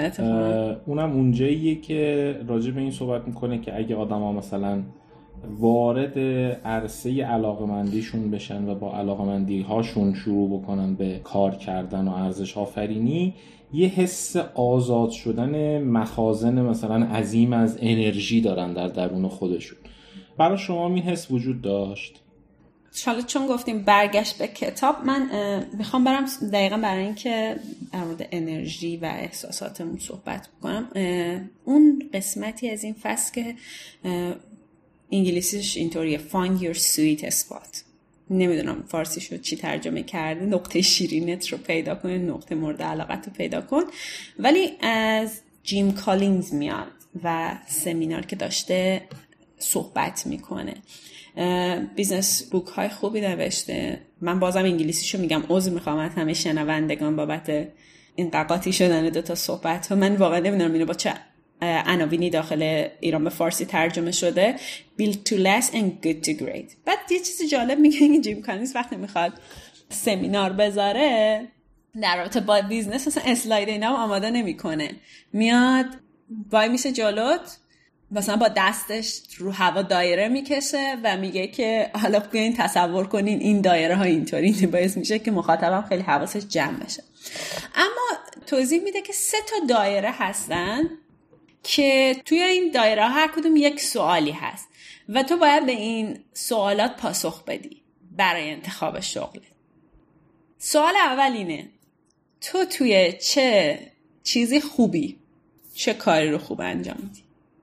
اونم اونجاییه که راجع به این صحبت میکنه که اگه آدم ها مثلا وارد عرصه علاقمندیشون بشن و با علاقمندی هاشون شروع بکنن به کار کردن و ارزش آفرینی، یه حس آزاد شدن مخازن مثلا عظیم از انرژی دارن در درون خودشون. برای شما این حس وجود داشت؟ حالا چون گفتیم برگشت به کتاب، من میخوام برم دقیقا برای این که در مورد انرژی و احساساتمون صحبت بکنم. اون قسمتی از این فصل که انگلیسیش اینطوریه find your sweet spot، نمیدونم فارسیشو چی ترجمه کرده، نقطه شیرینت رو پیدا کن، نقطه مورد علاقت رو پیدا کن. ولی از جیم کالینز میاد و سمینار که داشته صحبت میکنه. بیزنس بوک های خوبی نوشته. من بازم انگلیسیشو میگم، عذر میخوام از همه شنوندگان بابت این قاطی شدن دو تا صحبت ها، من واقعا نمیدونم اینو با چه عناوینی داخل ایران به فارسی ترجمه شده. build to last and good to great. بعد یه چیز جالب میگه این جیم کالینز وقتی میخواد سمینار بذاره در رابطه با بیزنس مثلا اسلاید اینا هم آماده نمیکنه، میاد وای میشه جلوت مثلا با دستش رو هوا دایره میکشه و میگه که حالا بیاین تصور کنین این دایره ها اینطوری باعث میشه که مخاطبم خیلی حواسش جمع بشه. اما توضیح میده که 3 تا دایره هستن که توی این دایره ها هر کدوم یک سوالی هست و تو باید به این سوالات پاسخ بدی برای انتخاب شغل. سوال اول اینه تو توی چه چیزی خوبی؟ چه کاری رو خوب انجام میدی؟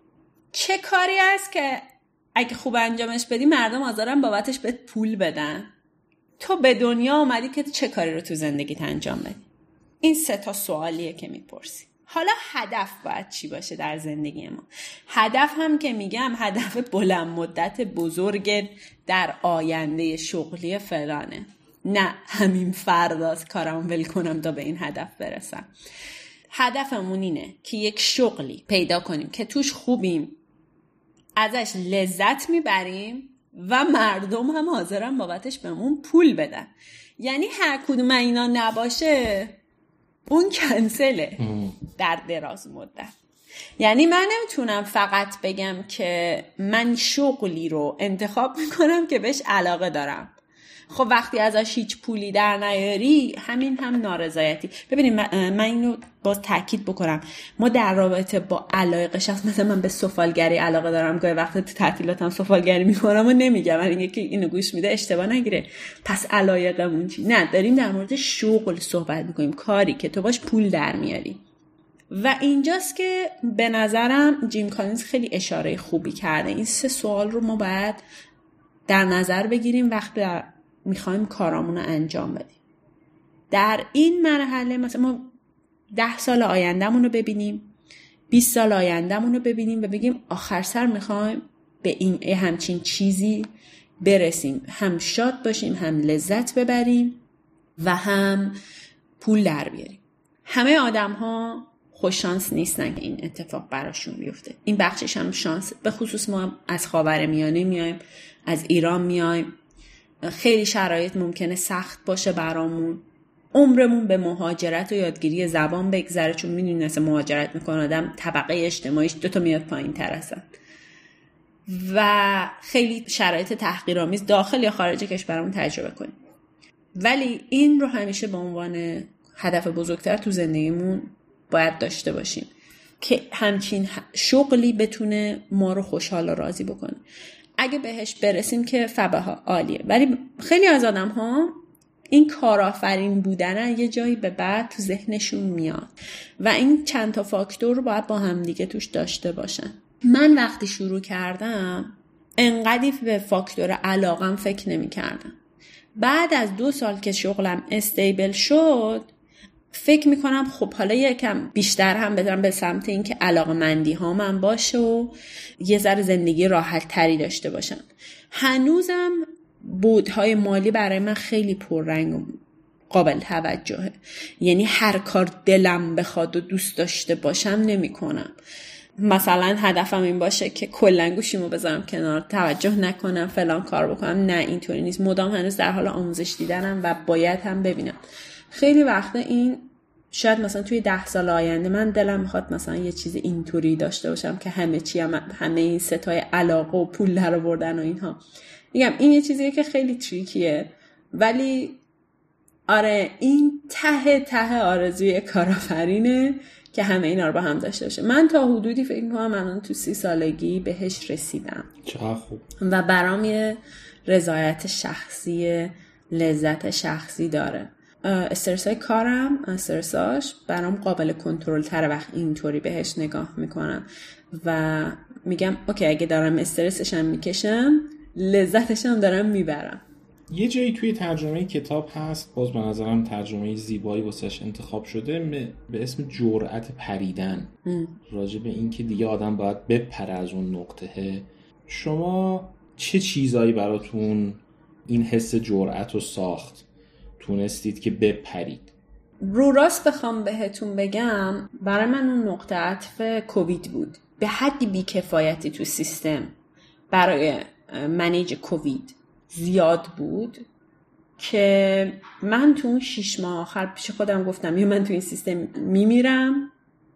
چه کاری هست که اگه خوب انجامش بدی مردم حاضرن بابتش بهت پول بدن؟ تو به دنیا اومدی که چه کاری رو تو زندگیت انجام بدی؟ این 3 تا سوالیه که میپرسی. حالا هدف باید چی باشه در زندگی ما؟ هدف هم که میگم هدف بلند مدت بزرگ در آینده شغلی فلانه، نه همین فرداست کارم ول کنم تا به این هدف برسم. هدفمون اینه که یک شغلی پیدا کنیم که توش خوبیم، ازش لذت میبریم و مردم هم حاضرن بابتش بهمون پول بدن. یعنی هر کدوم اینا نباشه اون کنسله در دراز مدت. یعنی من نمیتونم فقط بگم که من شغلی رو انتخاب میکنم که بهش علاقه دارم، خب وقتی ازش هیچ پولی در نیاری همین هم نارضایتی. ببینید من اینو باز تاکید بکنم، ما در رابطه با علایق شخص، مثلا من به سفالگری علاقه دارم، گاهی وقت تو تعطیلاتم سفالگری میکنم و نمیگم، من یکی اینو گوش میده اشتباه نگیره پس علایقمون چی؟ نه، داریم در مورد شغل صحبت میکنیم، کاری که تو باش پول در میاری. و اینجاست که به نظرم جیم کالینز خیلی اشاره خوبی کرده. این 3 سوال رو ما باید در نظر بگیریم وقتی میخوایم کارامون رو انجام بدیم. در این مرحله مثلا ما 10 سال آیندهمون رو ببینیم، 20 سال آیندهمون رو ببینیم و بگیم آخر سر میخوایم به این همچین چیزی برسیم، هم شاد باشیم، هم لذت ببریم و هم پول در بیاریم. همه آدم ها خوش شانس نیستن که این اتفاق براشون بیفته. این بخشش هم شانس، به خصوص ما از خاورمیانه میایم، از ایران میایم، خیلی شرایط ممکنه سخت باشه برامون، عمرمون به مهاجرت و یادگیری زبان بگذره، چون میدونید مثلا مهاجرت میکنه آدم طبقه اجتماعیش 2 تا میاد پایین تر هستن و خیلی شرایط تحقیرآمیز داخل یا خارج کشورمون تجربه کنیم. ولی این رو همیشه به عنوان هدف بزرگتر تو زندگیمون باید داشته باشیم که همچین شغلی بتونه ما رو خوشحال و راضی بکنه. اگه بهش برسیم که فبها عالیه، ولی خیلی از آدم ها این کارآفرین بودن یه جایی به بعد تو ذهنشون میاد و این چند تا فاکتور رو باید با هم دیگه توش داشته باشن. من وقتی شروع کردم انقدر به فاکتور علاقم فکر نمی کردم. بعد از 2 سال که شغلم استیبل شد فکر میکنم خب حالا یکم بیشتر هم بدارم به سمت این که علاقه‌مندی ها من باشه و یه ذره زندگی راحت تری داشته باشم. هنوزم بودهای مالی برای من خیلی پررنگ و قابل توجهه، یعنی هر کار دلم بخواد و دوست داشته باشم نمی کنم. مثلا هدفم این باشه که کلاً گوشیمو بذارم کنار، توجه نکنم، فلان کار بکنم، نه اینطوری نیست. مدام هنوز در حال آموزش دیدنم و باید هم ببینم. خیلی وقتا این شاید مثلا توی 10 سال آینده من دلم میخواد مثلا یه چیز اینطوری داشته باشم که همه چی همه این ستای علاقه و پول در آوردن و اینها. میگم این یه چیزیه که خیلی تریکیه، ولی آره این ته آرزوی کارآفرینه که همه اینا رو با هم داشته باشه. من تا حدودی فکر می‌کنم من تو 30 سالگی بهش رسیدم. چه خوب. و برام یه رضایت شخصی، لذت شخصی داره. استرسای کارم، استرساش برام قابل کنترل تره وقت اینطوری بهش نگاه میکنم و میگم اوکی اگه دارم استرسشم میکشم لذتشم دارم میبرم. یه جایی توی ترجمه کتاب هست، باز به نظرم ترجمه زیبایی واسش انتخاب شده، به اسم جرأت پریدن، راجع به این که دیگه آدم باید بپره از اون نقطه. شما چه چیزایی براتون این حس جرأت رو ساخت؟ تونستید که بپرید؟ رو راست بخوام بهتون بگم، برای من اون نقطه عطف کووید بود. به حدی بیکفایتی تو سیستم برای منیج کووید زیاد بود که من تو اون 6 ماه آخر پیش خودم گفتم یا من تو این سیستم میمیرم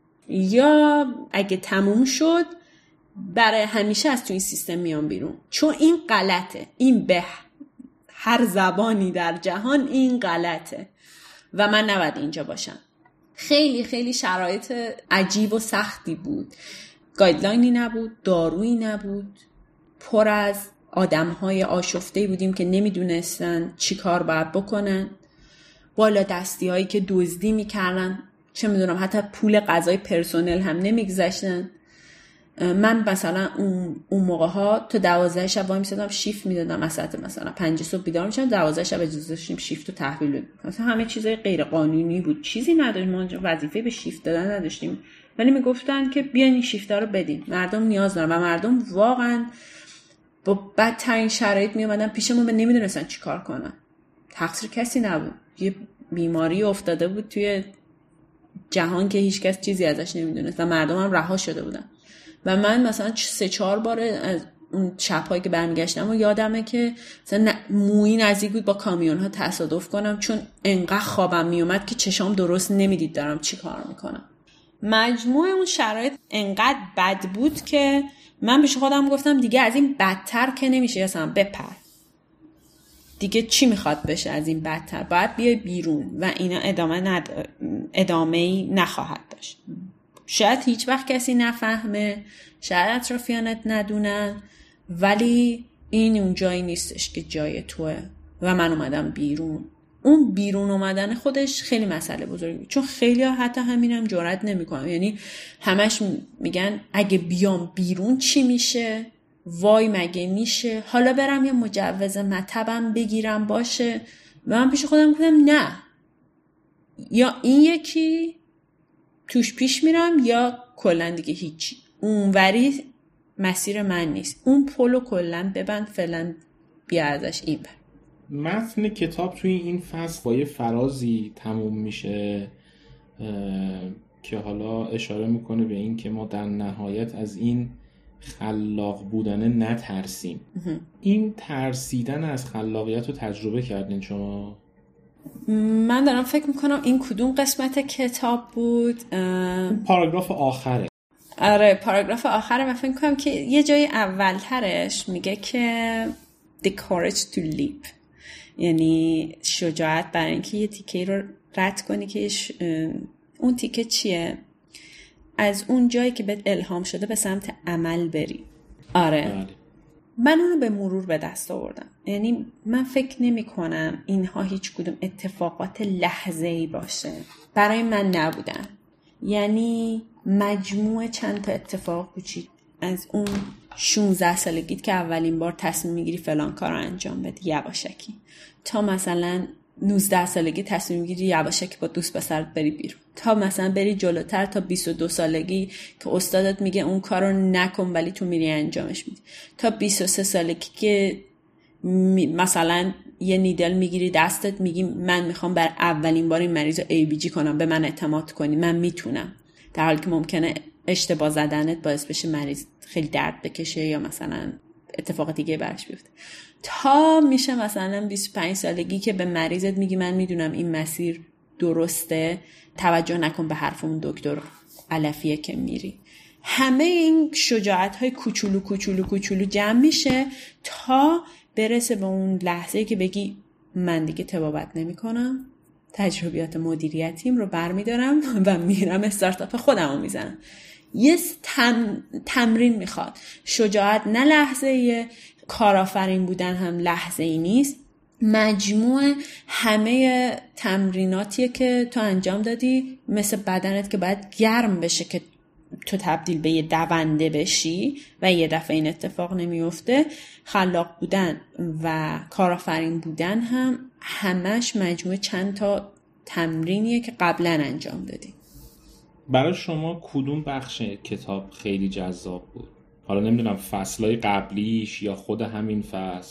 یا اگه تموم شد برای همیشه از تو این سیستم میام بیرون، چون این غلطه. این به هر زبانی در جهان این غلطه و من نباید اینجا باشم. خیلی خیلی شرایط عجیب و سختی بود. گایدلاینی نبود، دارویی نبود، پر از آدم‌های آشفته‌ای بودیم که نمیدونستن چی کار باید بکنن. بالا دستی‌هایی که دزدی میکردن، چه میدونم حتی پول غذای پرسنل هم نمیگذاشتن. من مثلا اون موقع‌ها تا 12 شب وای می‌سادم شیفت میدادم، مثلا 5 صبح بیدار میشم، 12 شب اجازه داشتیم شیفت رو تحویل بدیم. مثلا همه چیزای غیر قانونی بود، چیزی نداشتیم، ما وظیفه به شیفت دادن نداشتیم، ولی میگفتن که بیاین این شیفتا رو بدین، مردم نیاز دارن. و مردم واقعا با بدترین شرایط میومدن پیشمون و نمیدونستن چی کار کنن. تقصیر کسی نبود، یه بیماری افتاده بود توی جهان که هیچ کس چیزی ازش نمیدونست و مردم هم رها شده بودن. و من مثلا 3-4 بار از اون شب‌هایی که برمیگشتم و یادمه که مثلا مویی نزدیک بود با کامیون‌ها تصادف کنم، چون انقدر خوابم میومد که چشام درست نمیدید دارم چی کار میکنم. مجموع اون شرایط انقدر بد بود که من پیش خودم گفتم دیگه از این بدتر که نمیشه، اصلا بپر. دیگه چی میخواد بشه از این بدتر؟ باید بیای بیرون و اینا ادامه‌ای نخواهد داشت. شاید هیچ وقت کسی نفهمه، شاید اطرافیانت ندونن، ولی این اون جایی نیستش که جای توه. و من اومدم بیرون. اون بیرون اومدن خودش خیلی مسئله بزرگی بود، چون خیلی ها حتی همینم جرئت نمیکنن. یعنی همش میگن اگه بیام بیرون چی میشه؟ وای مگه میشه؟ حالا برم یه مجوز مطبم بگیرم باشه؟ و من پیش خودم گفتم نه، یا این یکی توش پیش میرم یا کلن دیگه هیچی. اونوری مسیر من نیست، اون پلو کلن ببند، فعلا بیا ازش این بر. متن کتاب توی این فصل با یه فرازی تموم میشه که حالا اشاره میکنه به این که ما در نهایت از این خلاق بودن نترسیم. این ترسیدن از خلاقیت رو تجربه کردین شما؟ من دارم فکر میکنم این کدوم قسمت کتاب بود؟ پاراگراف آخره. آره پاراگراف آخره. من فکر میکنم که یه جای اولترش میگه که the courage to leap، یعنی شجاعت برای اینکه یه تیکه رو رد کنی که اون تیکه چیه؟ از اون جایی که بهت الهام شده به سمت عمل بری. آره من اونو به مرور به دست آوردم. یعنی من فکر نمی کنم اینها هیچ کدوم اتفاقات لحظه‌ای باشه، برای من نبودن. یعنی مجموع چند تا اتفاق کوچیک از اون 16 سالگیت که اولین بار تصمیم میگیری فلان کار رو انجام بدی یواشکی، تا مثلا 19 سالگی تصمیم میگیری یواشکی با دوست پسرت بری بیرون، تا مثلا بری جلوتر تا 22 سالگی که استادت میگه اون کار رو نکن ولی تو میری انجامش میدی، تا 23 سالگی که مثلا یه نیدل میگیری دستت، میگی من میخوام بر اولین بار این مریض رو ABG کنم، به من اعتماد کنی، من میتونم، در حالی که ممکنه اشتباه زدنت باعث بشه مریض خیلی درد بکشه یا مثلا اتفاق دیگه برش بیفته، تا میشه مثلا 25 سالگی که به مریضت میگی من میدونم این مسیر درسته، توجه نکن به حرف اون دکتر علفیه که میری. همه این شجاعت های کوچولو کوچولو کوچولو جمع میشه تا برسه به اون لحظه که بگی من دیگه تبابت نمی کنم، تجربیات مدیریتیم رو برمیدارم و میرم استارتاپ خودم رو میزنم. یه تمرین میخواد. شجاعت نه لحظه‌ایه، کارآفرین بودن هم لحظه‌ای نیست. مجموع همه تمریناتیه که تو انجام دادی، مثل بدنت که باید گرم بشه که تو تبدیل به یه دونده بشی و یه دفعه این اتفاق نمیفته. خلاق بودن و کارآفرین بودن هم همش مجموع چند تا تمرینیه که قبلا انجام دادی. برای شما کدوم بخش کتاب خیلی جذاب بود؟ حالا نمیدونم فصلای قبلیش یا خود همین فصل.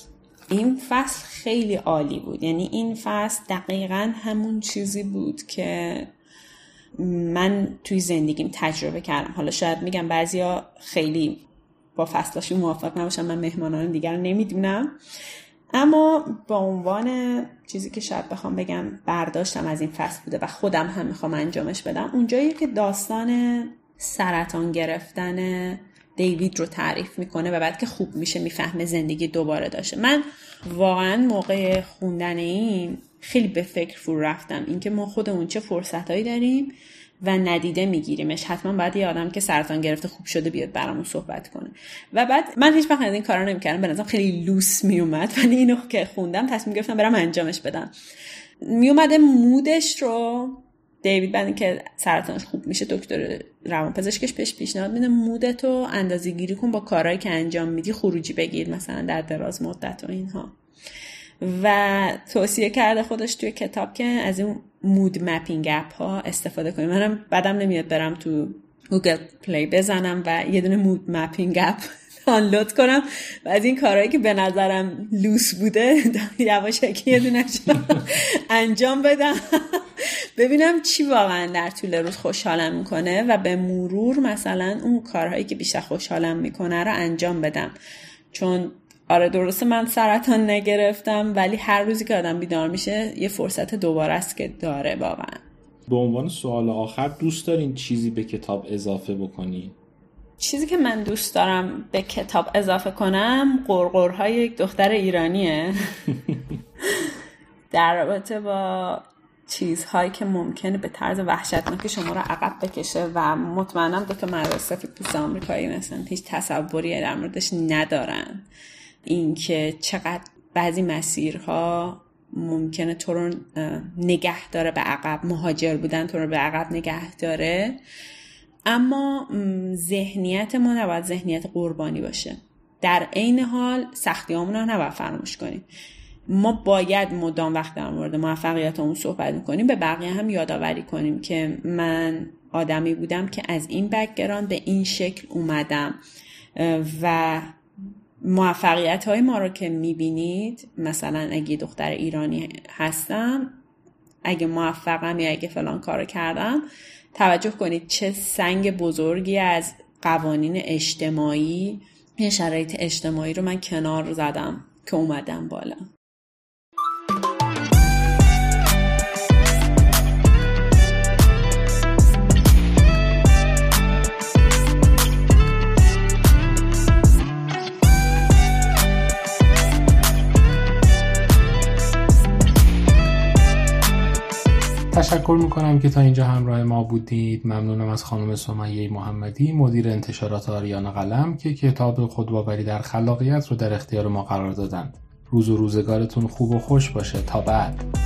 این فصل خیلی عالی بود. یعنی این فصل دقیقاً همون چیزی بود که من توی زندگیم تجربه کردم. حالا شاید میگم بعضیا خیلی با فصلاشون موافق نباشن، من مهمانان دیگر رو نمیدونم، اما با عنوان چیزی که شاید بخوام بگم برداشتم از این فصل بوده و خودم هم میخوام انجامش بدم، اونجایی که داستان سرطان گرفتن دیوید رو تعریف میکنه و بعد که خوب میشه میفهمه زندگی دوباره داشته. من واقعا موقع خوندن این خیلی به فکر فرو رفتم، اینکه ما خودمون چه فرصتایی داریم و ندیده میگیریمش. حتما باید یه آدم که سرطان گرفته خوب شده بیاد برامون صحبت کنه. و بعد من هیچ وقت از این کارا نمیکردم، به نظرم خیلی لوس میومد، ولی اینو که خوندم تصمیم گرفتم برام انجامش بدم. میومده مودش رو دیوید بعد اینکه سرطانش خوب میشه دکتر روانپزشکش بهش پیشنهاد میده مودتو اندازه‌گیری کن با کارهایی که انجام میدی، خروجی بگیر مثلا در دراز مدت و اینها. و توصیه کرده خودش توی کتاب که از این مود مپینگ اپ ها استفاده کنیم. منم بعدم نمیاد برم تو گوگل پلی بزنم و یه دونه مود مپینگ اپ دانلود کنم و از این کارهایی که به نظرم لوس بوده یواشکی یه دونه انجام بدم ببینم چی واقعا در طول روز خوشحالم میکنه و به مرور مثلا اون کارهایی که بیشتر خوشحالم میکنه رو انجام بدم. چون آره درسته من سرطان نگرفتم، ولی هر روزی که آدم بیدار میشه یه فرصت دوباره است که داره واقعا. به عنوان سوال آخر دوست دارین چیزی به کتاب اضافه بکنی؟ چیزی که من دوست دارم به کتاب اضافه کنم قرقرهای یک دختر ایرانیه در رابطه با چیزهایی که ممکنه به طرز وحشتناک شما رو عقب بکشه و مطمئنم دوتا مرد سفیدپوست آمریکایی مثلا هیچ تصوری در موردش ندارن. اینکه چقدر بعضی مسیرها ممکنه تو رو نگه داره به عقب، مهاجر بودن تو رو به عقب نگه داره، اما ذهنیت ما نباید ذهنیت قربانی باشه. در عین حال سختیامون رو نباید فراموش کنیم. ما باید مدام وقت در مورد موفقیتامون صحبت می‌کنیم، به بقیه هم یادآوری کنیم که من آدمی بودم که از این بک‌گراند به این شکل اومدم و موفقیت‌های ما رو که می‌بینید، مثلا اگه دختر ایرانی هستم، اگه موفقم یا اگه فلان کارو کردم، توجه کنید چه سنگ بزرگی از قوانین اجتماعی، شرایط اجتماعی رو من کنار زدم که اومدم بالا. تشکر میکنم که تا اینجا همراه ما بودید. ممنونم از خانم سمیه محمدی، مدیر انتشارات آریانا قلم، که کتاب خودباوری در خلاقیت رو در اختیار ما قرار دادند. روز و روزگارتون خوب و خوش باشه. تا بعد.